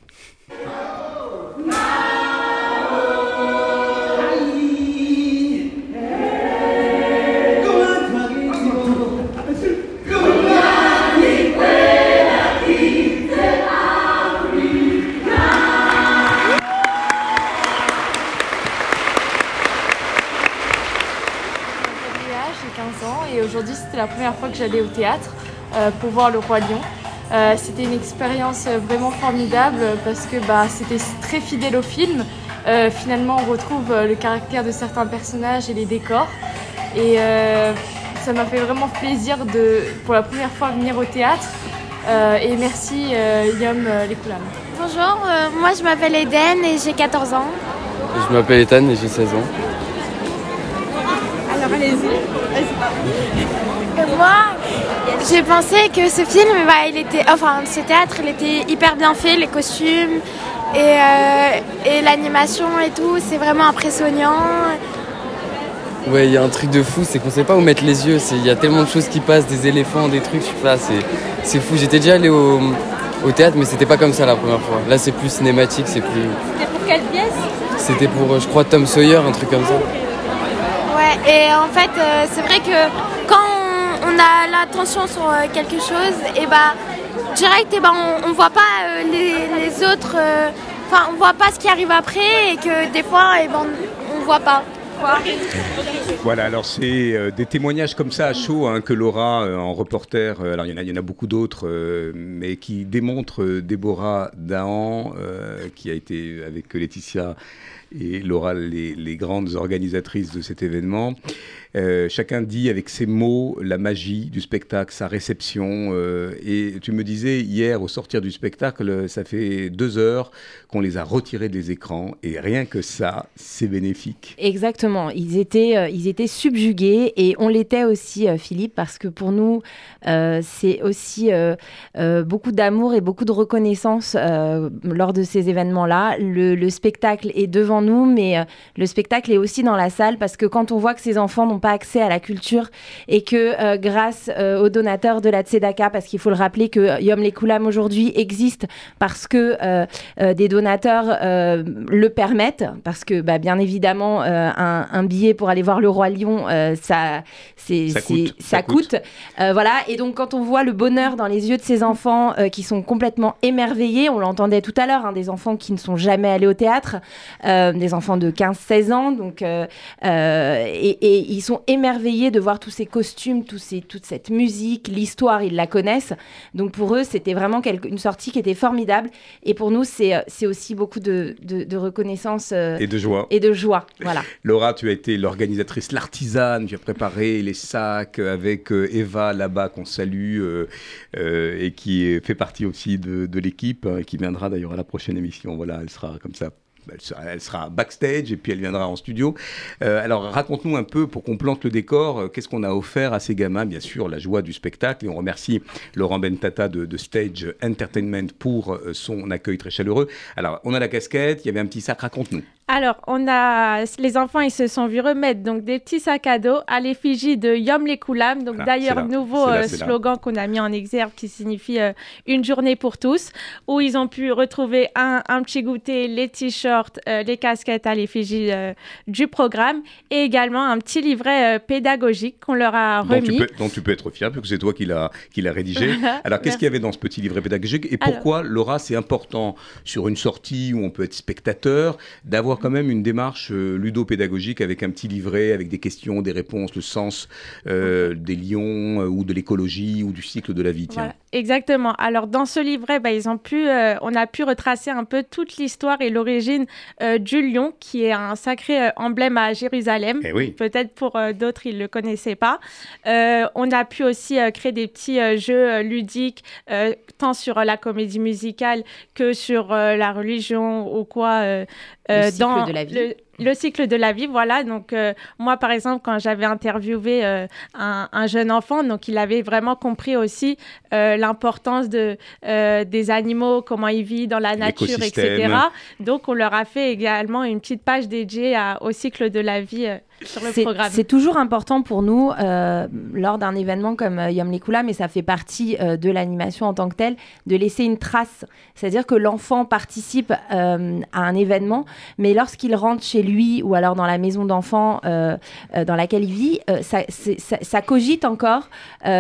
Et aujourd'hui, c'était la première fois que j'allais au théâtre pour voir le Roi Lion. C'était une expérience vraiment formidable parce que c'était très fidèle au film. Finalement, on retrouve le caractère de certains personnages et les décors. Et ça m'a fait vraiment plaisir pour la première fois, venir au théâtre. Et merci Yom Lekoulam. Bonjour, moi je m'appelle Eden et j'ai 14 ans. Je m'appelle Ethan et j'ai 16 ans. Alors allez-y. Moi, j'ai pensé que ce film, ce théâtre, il était hyper bien fait, les costumes et l'animation et tout, c'est vraiment impressionnant. Ouais, il y a un truc de fou, c'est qu'on sait pas où mettre les yeux. Il y a tellement de choses qui passent, des éléphants, des trucs, je sais pas, c'est fou. J'étais déjà allé au théâtre, mais c'était pas comme ça la première fois. Là, c'est plus cinématique, c'est plus... C'était pour quelle pièce ? C'était pour, je crois, Tom Sawyer, un truc comme ça. Ouais, et en fait, c'est vrai que quand on a l'attention sur quelque chose, et direct, on voit pas les autres, on voit pas ce qui arrive après, et que des fois, on voit pas. Voilà, alors c'est des témoignages comme ça à chaud que Laura, en reporter, alors il y en a beaucoup d'autres, mais qui démontrent Déborah Dahan, qui a été avec Laetitia et Laura les grandes organisatrices de cet événement. Chacun dit avec ses mots la magie du spectacle, sa réception. Et tu me disais hier, au sortir du spectacle, ça fait 2 heures qu'on les a retirés des écrans. Et rien que ça, c'est bénéfique. Exactement. Ils étaient subjugués. Et on l'était aussi, Philippe, parce que pour nous, c'est aussi beaucoup d'amour et beaucoup de reconnaissance lors de ces événements-là. Le spectacle est devant devant nous, mais le spectacle est aussi dans la salle, parce que quand on voit que ces enfants n'ont pas accès à la culture et que grâce aux donateurs de la Tzedaka, parce qu'il faut le rappeler que Yom Lekoulam aujourd'hui existe parce que des donateurs le permettent, parce que bien évidemment un billet pour aller voir le Roi Lion, ça coûte. Voilà, et donc quand on voit le bonheur dans les yeux de ces enfants qui sont complètement émerveillés, on l'entendait tout à l'heure, des enfants qui ne sont jamais allés au théâtre, des enfants de 15-16 ans, donc, et ils sont émerveillés de voir tous ces costumes, toute cette musique, l'histoire, ils la connaissent. Donc pour eux, c'était vraiment une sortie qui était formidable. Et pour nous, c'est aussi beaucoup de reconnaissance et de joie. Voilà. Laura, tu as été l'organisatrice, l'artisane, tu as préparé les sacs avec Eva là-bas qu'on salue et qui fait partie aussi de l'équipe, qui viendra d'ailleurs à la prochaine émission. Voilà, elle sera comme ça. Elle sera backstage et puis elle viendra en studio. Alors raconte-nous un peu, pour qu'on plante le décor, qu'est-ce qu'on a offert à ces gamins? Bien sûr, la joie du spectacle, et on remercie Laurent Bentata de Stage Entertainment pour son accueil très chaleureux. Alors on a la casquette, il y avait un petit sac, raconte-nous. Alors, les enfants, ils se sont vus remettre donc des petits sacs à dos à l'effigie de Yom Lekoulam. Donc, d'ailleurs, nouveau slogan qu'on a mis en exergue qui signifie une journée pour tous, où ils ont pu retrouver un petit goûter, les t-shirts, les casquettes à l'effigie du programme, et également un petit livret pédagogique qu'on leur a remis. Dont tu peux être fier, puisque c'est toi qui l'as rédigé. Alors, qu'est-ce qu'il y avait dans ce petit livret pédagogique, et pourquoi, Laura, c'est important sur une sortie où on peut être spectateur, d'avoir quand même une démarche ludo-pédagogique avec un petit livret, avec des questions, des réponses, le sens des lions ou de l'écologie ou du cycle de la vie. Voilà, exactement. Alors, dans ce livret, on a pu retracer un peu toute l'histoire et l'origine du lion, qui est un sacré emblème à Jérusalem. Oui. Peut-être pour d'autres, ils ne le connaissaient pas. On a pu aussi créer des petits jeux ludiques, tant sur la comédie musicale que sur la religion ou quoi. Cycle de la vie. Le cycle de la vie, voilà. Donc, moi, par exemple, quand j'avais interviewé un jeune enfant, donc il avait vraiment compris aussi l'importance des animaux, comment ils vivent dans la nature, etc. Donc, on leur a fait également une petite page dédiée au cycle de la vie sur le programme. C'est toujours important pour nous, lors d'un événement comme Yom Lekoulam, et ça fait partie de l'animation en tant que telle, de laisser une trace. C'est-à-dire que l'enfant participe à un événement, mais lorsqu'il rentre chez lui ou alors dans la maison d'enfant dans laquelle il vit, ça cogite encore,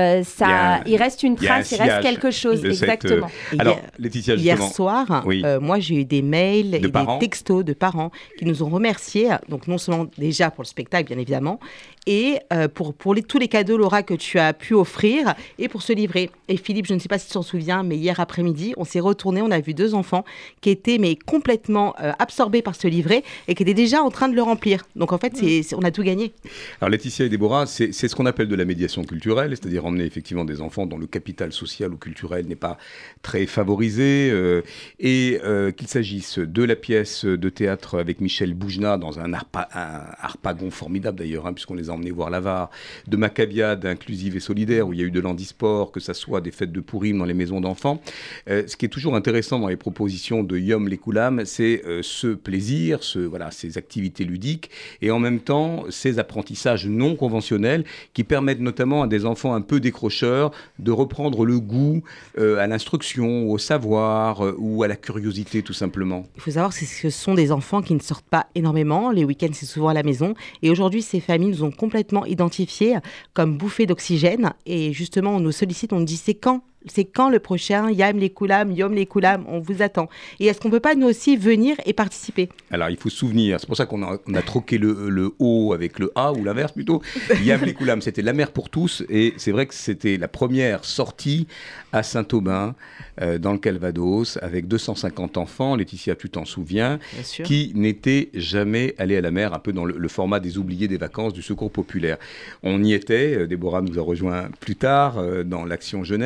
il reste une trace, il reste quelque chose. Exactement. Alors, Laetitia, hier soir, moi j'ai eu des mails et des textos de parents qui nous ont remerciés, donc non seulement déjà pour le spectacle, bien évidemment, et pour tous les cadeaux, Laura, que tu as pu offrir, et pour ce livret. Et Philippe, je ne sais pas si tu t'en souviens, mais hier après-midi, on s'est retourné, on a vu 2 enfants qui étaient complètement absorbés par ce livret et qui étaient déjà en train de le remplir. Donc en fait, on a tout gagné. Alors Laetitia et Déborah, c'est ce qu'on appelle de la médiation culturelle, c'est-à-dire emmener effectivement des enfants dont le capital social ou culturel n'est pas très favorisé, et qu'il s'agisse de la pièce de théâtre avec Michel Boujna dans un harpagon formidable d'ailleurs, puisqu'on les a emmenés voir l'Avare, de Maccabiade inclusive et solidaire où il y a eu de l'handisport, que ça soit des fêtes de Pourim dans les maisons d'enfants. Ce qui est toujours intéressant dans les propositions de Yom Lekoulam, c'est ce plaisir, ces activités ludiques, et en même temps ces apprentissages non conventionnels qui permettent notamment à des enfants un peu décrocheurs de reprendre le goût à l'instruction, au savoir ou à la curiosité tout simplement. Il faut savoir que ce sont des enfants qui ne sortent pas énormément, les week-ends c'est souvent à la maison, et aujourd'hui ces familles nous ont complètement identifiés comme bouffées d'oxygène, et justement on nous sollicite, on nous dit c'est quand le prochain Yom Lekoulam, on vous attend. Et est-ce qu'on ne peut pas nous aussi venir et participer? Alors il faut se souvenir, c'est pour ça qu'on a troqué le O avec le A, ou l'inverse plutôt. Yom Lekoulam, c'était la mer pour tous, et c'est vrai que c'était la première sortie à Saint-Aubin, dans le Calvados, avec 250 enfants, Laetitia, tu t'en souviens, qui n'étaient jamais allés à la mer, un peu dans le format des oubliés des vacances du Secours populaire. On y était, Déborah nous a rejoint plus tard dans l'Action Jeunesse,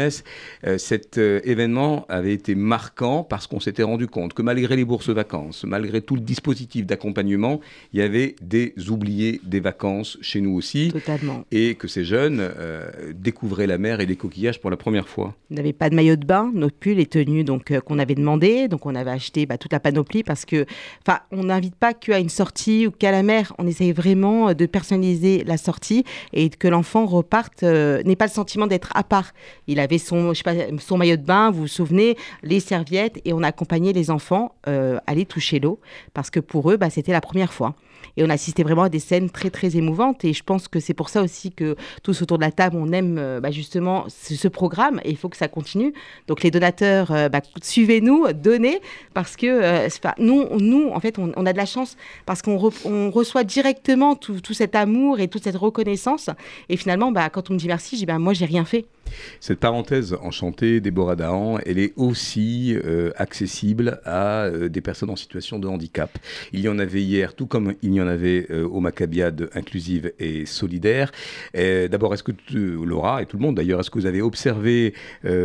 cet événement avait été marquant parce qu'on s'était rendu compte que malgré les bourses vacances, malgré tout le dispositif d'accompagnement, il y avait des oubliés des vacances chez nous aussi. Totalement. Et que ces jeunes découvraient la mer et les coquillages pour la première fois. On n'avait pas de maillot de bain, nos pulls, les tenues qu'on avait demandé. Donc, on avait acheté toute la panoplie parce que, on n'invite pas qu'à une sortie ou qu'à la mer. On essaye vraiment de personnaliser la sortie et que l'enfant reparte, n'ait pas le sentiment d'être à part. Il avait son maillot de bain, vous vous souvenez, les serviettes, et on a accompagné les enfants à aller toucher l'eau parce que pour eux, c'était la première fois. Et on assistait vraiment à des scènes très, très émouvantes. Et je pense que c'est pour ça aussi que tous autour de la table, on aime justement ce programme. Et il faut que ça continue. Donc, les donateurs, suivez-nous, donnez. Parce que nous, en fait, on a de la chance parce qu'on reçoit directement tout cet amour et toute cette reconnaissance. Et finalement, quand on me dit merci, je dis moi, j'ai rien fait. Cette parenthèse enchantée, Déborah Dahan, elle est aussi accessible à des personnes en situation de handicap. Il y en avait hier, tout comme il y en avait au Maccabiade inclusive et solidaire. D'abord, est-ce que Laura et tout le monde d'ailleurs, est-ce que vous avez observé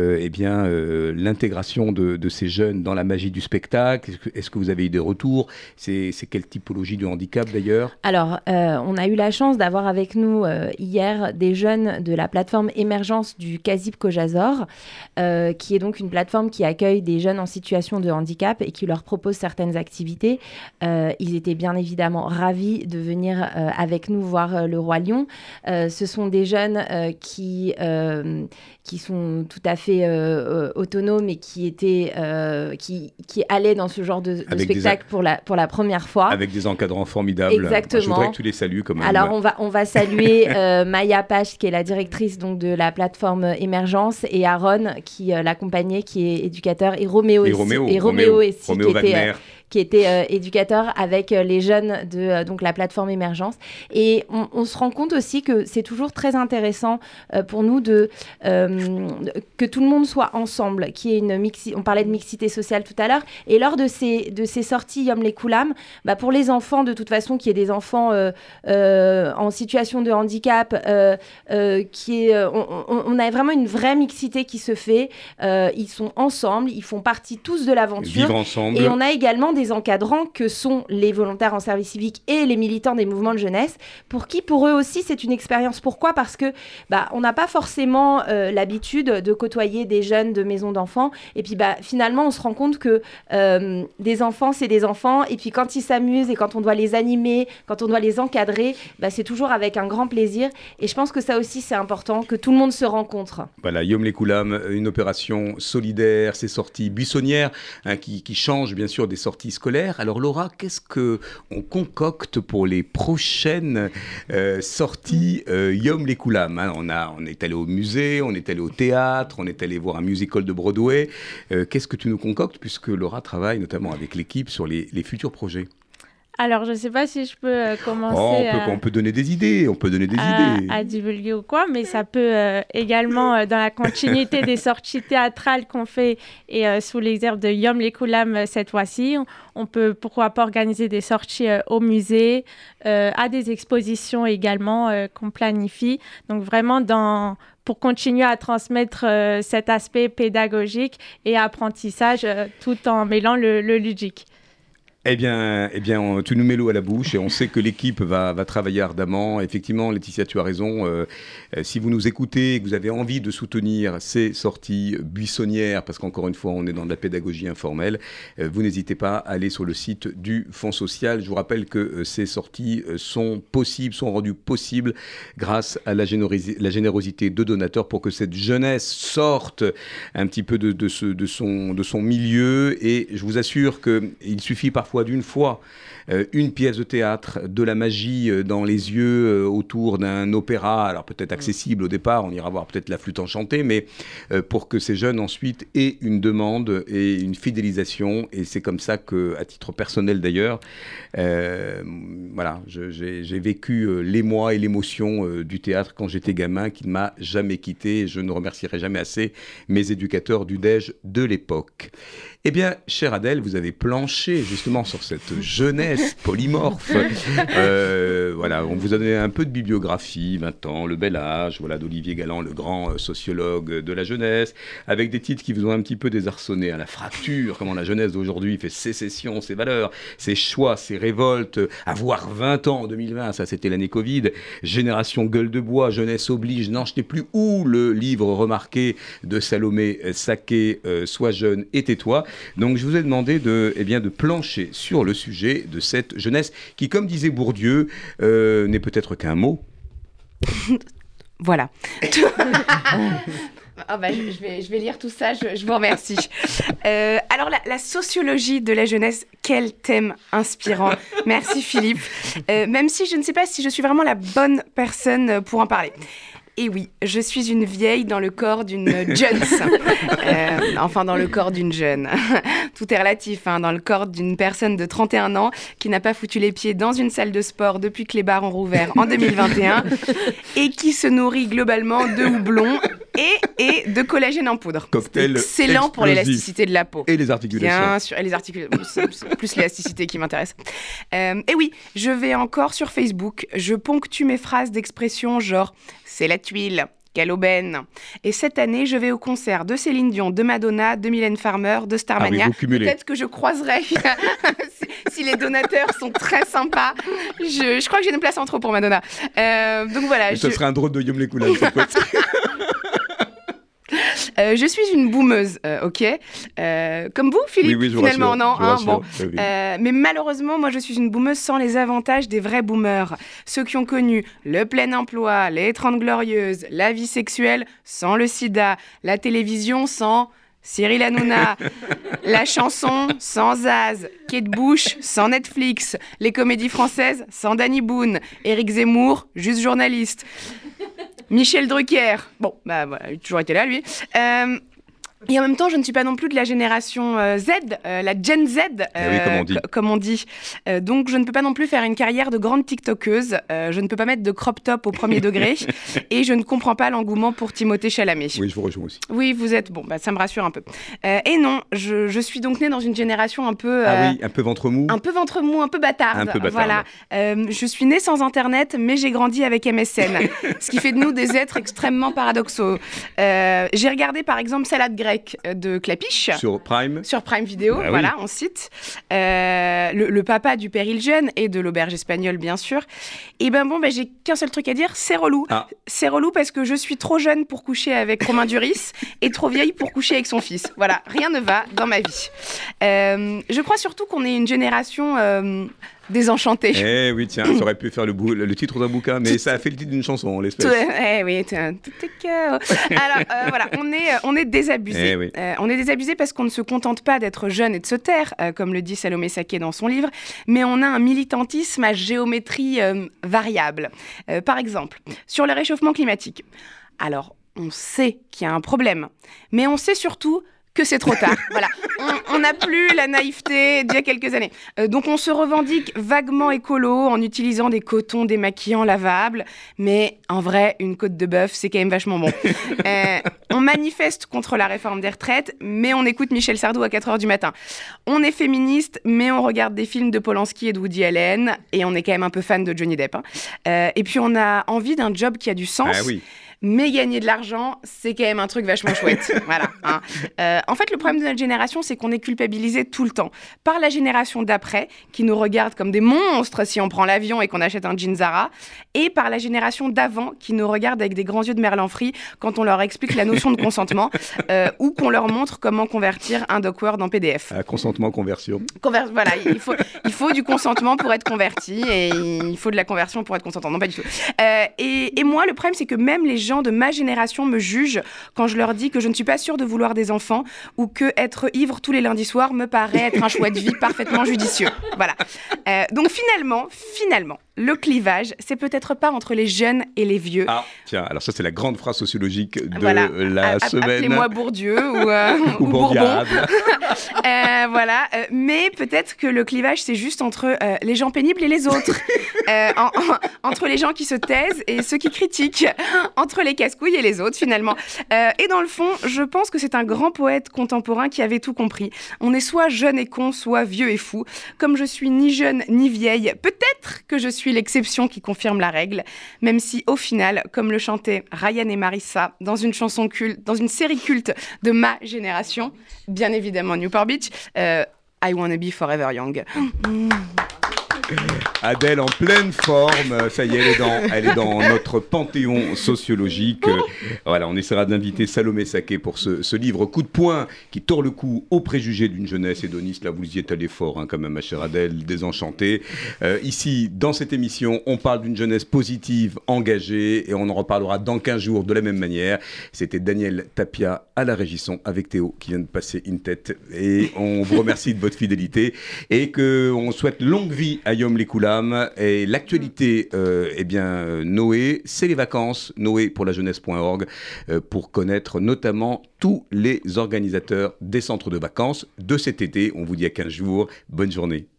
l'intégration de ces jeunes dans la magie du spectacle ? Est-ce que vous avez eu des retours ? C'est quelle typologie de handicap d'ailleurs ? Alors, on a eu la chance d'avoir avec nous hier des jeunes de la plateforme Émergence du Casib Kojazor, qui est donc une plateforme qui accueille des jeunes en situation de handicap et qui leur propose certaines activités. Ils étaient bien évidemment ravis de venir avec nous voir le Roi Lion. Ce sont des jeunes qui sont tout à fait autonomes et qui allaient dans ce genre de spectacle pour la première fois. Avec des encadrants formidables. Exactement. Je voudrais que tu les salues quand même. Alors on va saluer Maya Page, qui est la directrice donc, de la plateforme Émergence, et Aaron qui l'accompagnait, qui est éducateur, et Roméo qui était éducateur avec les jeunes de donc la plateforme Émergence. Et on se rend compte aussi que c'est toujours très intéressant pour nous que tout le monde soit ensemble, qu'il y ait on parlait de mixité sociale tout à l'heure, et lors de ces sorties Yom Lekoulam, pour les enfants, de toute façon, qu'il y ait des enfants en situation de handicap, on a vraiment une vraie mixité qui se fait. Ils sont ensemble, ils font partie tous de l'aventure. Vivre ensemble. Et on a également des encadrants que sont les volontaires en service civique et les militants des mouvements de jeunesse, pour eux aussi c'est une expérience. Pourquoi ? Parce que on n'a pas forcément l'habitude de côtoyer des jeunes de maisons d'enfants, et puis finalement on se rend compte que des enfants c'est des enfants, et puis quand ils s'amusent et quand on doit les animer, quand on doit les encadrer, c'est toujours avec un grand plaisir. Et je pense que ça aussi c'est important, que tout le monde se rencontre. Voilà, Yom Lekoulam, une opération solidaire, ces sorties buissonnières qui changent bien sûr des sorties scolaires. Alors Laura, qu'est-ce qu'on concocte pour les prochaines sorties Yom Lekoulam, on est allé au musée, on est allé au théâtre, on est allé voir un musical de Broadway. Qu'est-ce que tu nous concoctes, puisque Laura travaille notamment avec l'équipe sur les futurs projets? Alors, je ne sais pas si je peux commencer on peut donner des idées, à divulguer ou quoi, mais ça peut également, dans la continuité des sorties théâtrales qu'on fait et sous l'exergue de Yom Lekoulam cette fois-ci, on peut pourquoi pas organiser des sorties au musée, à des expositions également qu'on planifie. Donc vraiment pour continuer à transmettre cet aspect pédagogique et apprentissage tout en mêlant le ludique. Eh bien, tu nous mets l'eau à la bouche, et on sait que l'équipe va travailler ardemment. Effectivement, Laetitia, tu as raison. Si vous nous écoutez et que vous avez envie de soutenir ces sorties buissonnières, parce qu'encore une fois, on est dans de la pédagogie informelle, vous n'hésitez pas à aller sur le site du Fonds social. Je vous rappelle que ces sorties sont rendues possibles grâce à la générosité de donateurs, pour que cette jeunesse sorte un petit peu de son milieu. Et je vous assure qu'il suffit parfois d'une fois une pièce de théâtre, de la magie dans les yeux autour d'un opéra, alors peut-être accessible au départ, on ira voir peut-être la flûte enchantée, mais pour que ces jeunes ensuite aient une demande et une fidélisation. Et c'est comme ça que, à titre personnel d'ailleurs, j'ai vécu l'émoi et l'émotion du théâtre quand j'étais gamin, qui ne m'a jamais quitté, et je ne remercierai jamais assez mes éducateurs du DEJ de l'époque. Eh bien, chère Adèle, vous avez planché justement justement sur cette jeunesse polymorphe. Voilà, on vous a donné un peu de bibliographie, 20 ans, Le bel âge, voilà, d'Olivier Galland, le grand sociologue de la jeunesse, avec des titres qui vous ont un petit peu désarçonné à la fracture, comment la jeunesse d'aujourd'hui fait sécession, ses valeurs, ses choix, ses révoltes. Avoir 20 ans en 2020, ça c'était l'année Covid. Génération gueule de bois, jeunesse oblige, n'en jetez plus, ou le livre remarqué de Salomé Saké, Sois jeune et tais-toi. Donc je vous ai demandé de plancher sur le sujet de cette jeunesse qui, comme disait Bourdieu, n'est peut-être qu'un mot. Voilà. Je vais lire tout ça, je vous remercie. Alors, la sociologie de la jeunesse, quel thème inspirant. Merci Philippe. Même si je ne sais pas si je suis vraiment la bonne personne pour en parler. Et oui, je suis une vieille dans le corps d'une jeune. Enfin, dans le corps d'une jeune. Tout est relatif, hein, dans le corps d'une personne de 31 ans qui n'a pas foutu les pieds dans une salle de sport depuis que les bars ont rouvert en 2021 et qui se nourrit globalement de houblon et de collagène en poudre. Cocktail excellent pour l'élasticité de la peau. Et les articulations. Bien sûr, et les articulations. C'est plus l'élasticité qui m'intéresse. Et oui, je vais encore sur Facebook. Je ponctue mes phrases d'expression genre « c'est la tuile ». Quelle aubaine. Et cette année, je vais au concert de Céline Dion, de Madonna, de Mylène Farmer, de Starmania. Ah oui, peut-être que je croiserai, si les donateurs sont très sympas. Je crois que j'ai une place en trop pour Madonna. Donc voilà. Ce serait un drôle de Yom les Koulal, cette fois. Je suis une boumeuse, ok. Comme vous, Philippe, oui, finalement, non hein, bon. Oui. Mais malheureusement, moi, je suis une boumeuse sans les avantages des vrais boomers. Ceux qui ont connu le plein emploi, les 30 glorieuses, la vie sexuelle sans le sida, la télévision sans Cyril Hanouna, la chanson sans Zaz, Kate Bush sans Netflix, les comédies françaises sans Danny Boone, Éric Zemmour, juste journaliste. Michel Drucker, bon, bah voilà, il a toujours été là, lui. Et en même temps, je ne suis pas non plus de la génération Z, la Gen Z, comme on dit. Donc, je ne peux pas non plus faire une carrière de grande TikTokeuse. Je ne peux pas mettre de crop top au premier degré. Et je ne comprends pas l'engouement pour Timothée Chalamet. Oui, je vous rejoins aussi. Oui, vous êtes... Bon, bah, ça me rassure un peu. Et non, je suis donc née dans une génération un peu... Ah oui, un peu ventre mou. Un peu ventre mou, un peu bâtarde. Voilà. Je suis née sans Internet, mais j'ai grandi avec MSN. Ce qui fait de nous des êtres extrêmement paradoxaux. J'ai regardé, par exemple, Salade grecque de Clapiche. Sur Prime. Sur Prime Video, bah voilà, oui. on cite. Le papa du péril jeune et de l'auberge espagnole, bien sûr. Et j'ai qu'un seul truc à dire, c'est relou. Ah. C'est relou parce que je suis trop jeune pour coucher avec Romain Duris et trop vieille pour coucher avec son fils. Voilà, rien ne va dans ma vie. Je crois surtout qu'on est une génération... désenchantée. Eh oui, tiens, ça aurait pu faire le titre d'un bouquin, mais ça a fait le titre d'une chanson, en l'espèce. Eh oui, tout est chaos. Alors, voilà, on est désabusé. Eh oui. On est désabusé parce qu'on ne se contente pas d'être jeune et de se taire, comme le dit Salomé Saké dans son livre, mais on a un militantisme à géométrie variable. Par exemple, sur le réchauffement climatique. Alors, on sait qu'il y a un problème, mais on sait surtout que c'est trop tard. Voilà. On n'a plus la naïveté d'il y a quelques années. Donc on se revendique vaguement écolo en utilisant des cotons démaquillants lavables, mais en vrai, une côte de bœuf, c'est quand même vachement bon. On manifeste contre la réforme des retraites, mais on écoute Michel Sardou à 4h du matin. On est féministe, mais on regarde des films de Polanski et de Woody Allen, et on est quand même un peu fan de Johnny Depp. Et puis on a envie d'un job qui a du sens. Ah oui. Mais gagner de l'argent, c'est quand même un truc vachement chouette. Voilà. Hein. En fait, le problème de notre génération, c'est qu'on est culpabilisé tout le temps. Par la génération d'après, qui nous regarde comme des monstres si on prend l'avion et qu'on achète un jean Zara, et par la génération d'avant, qui nous regarde avec des grands yeux de Merlan-Free quand on leur explique la notion de consentement, ou qu'on leur montre comment convertir un DocWord en PDF. Consentement, conversion. Voilà, il faut du consentement pour être converti, et il faut de la conversion pour être consentant. Non, pas du tout. Et moi, le problème, c'est que même les gens de ma génération me jugent quand je leur dis que je ne suis pas sûre de vouloir des enfants ou que être ivre tous les lundis soirs me paraît être un choix de vie parfaitement judicieux. Voilà. Donc finalement, le clivage, c'est peut-être pas entre les jeunes et les vieux. Ah, tiens, alors ça c'est la grande phrase sociologique de voilà. la semaine. Appelez-moi Bourdieu ou Bourbon. Mais peut-être que le clivage, c'est juste entre les gens pénibles et les autres. Entre les gens qui se taisent et ceux qui critiquent. Entre les casse-couilles et les autres, finalement. Et dans le fond, je pense que c'est un grand poète contemporain qui avait tout compris. On est soit jeune et con, soit vieux et fou. Comme je suis ni jeune ni vieille, peut-être que je suis l'exception qui confirme la règle. Même si, au final, comme le chantaient Ryan et Marissa dans une chanson culte, dans une série culte de ma génération, bien évidemment Newport Beach, I Wanna Be Forever Young. Adèle en pleine forme, ça y est, elle est dans notre panthéon sociologique. Voilà, on essaiera d'inviter Salomé Saké pour ce livre Coup de poing qui tord le cou aux préjugés d'une jeunesse hédoniste. Là, vous y êtes allé fort, quand même, ma chère Adèle, désenchantée. Ici, dans cette émission, on parle d'une jeunesse positive, engagée, et on en reparlera dans 15 jours de la même manière. C'était Daniel Tapia à la régisson avec Théo qui vient de passer une tête. Et on vous remercie de votre fidélité et qu'on souhaite longue vie à Yom Lekoulam. Et l'actualité, Noé, c'est les vacances, Noé pour la jeunesse.org, pour connaître notamment tous les organisateurs des centres de vacances de cet été. On vous dit à 15 jours. Bonne journée.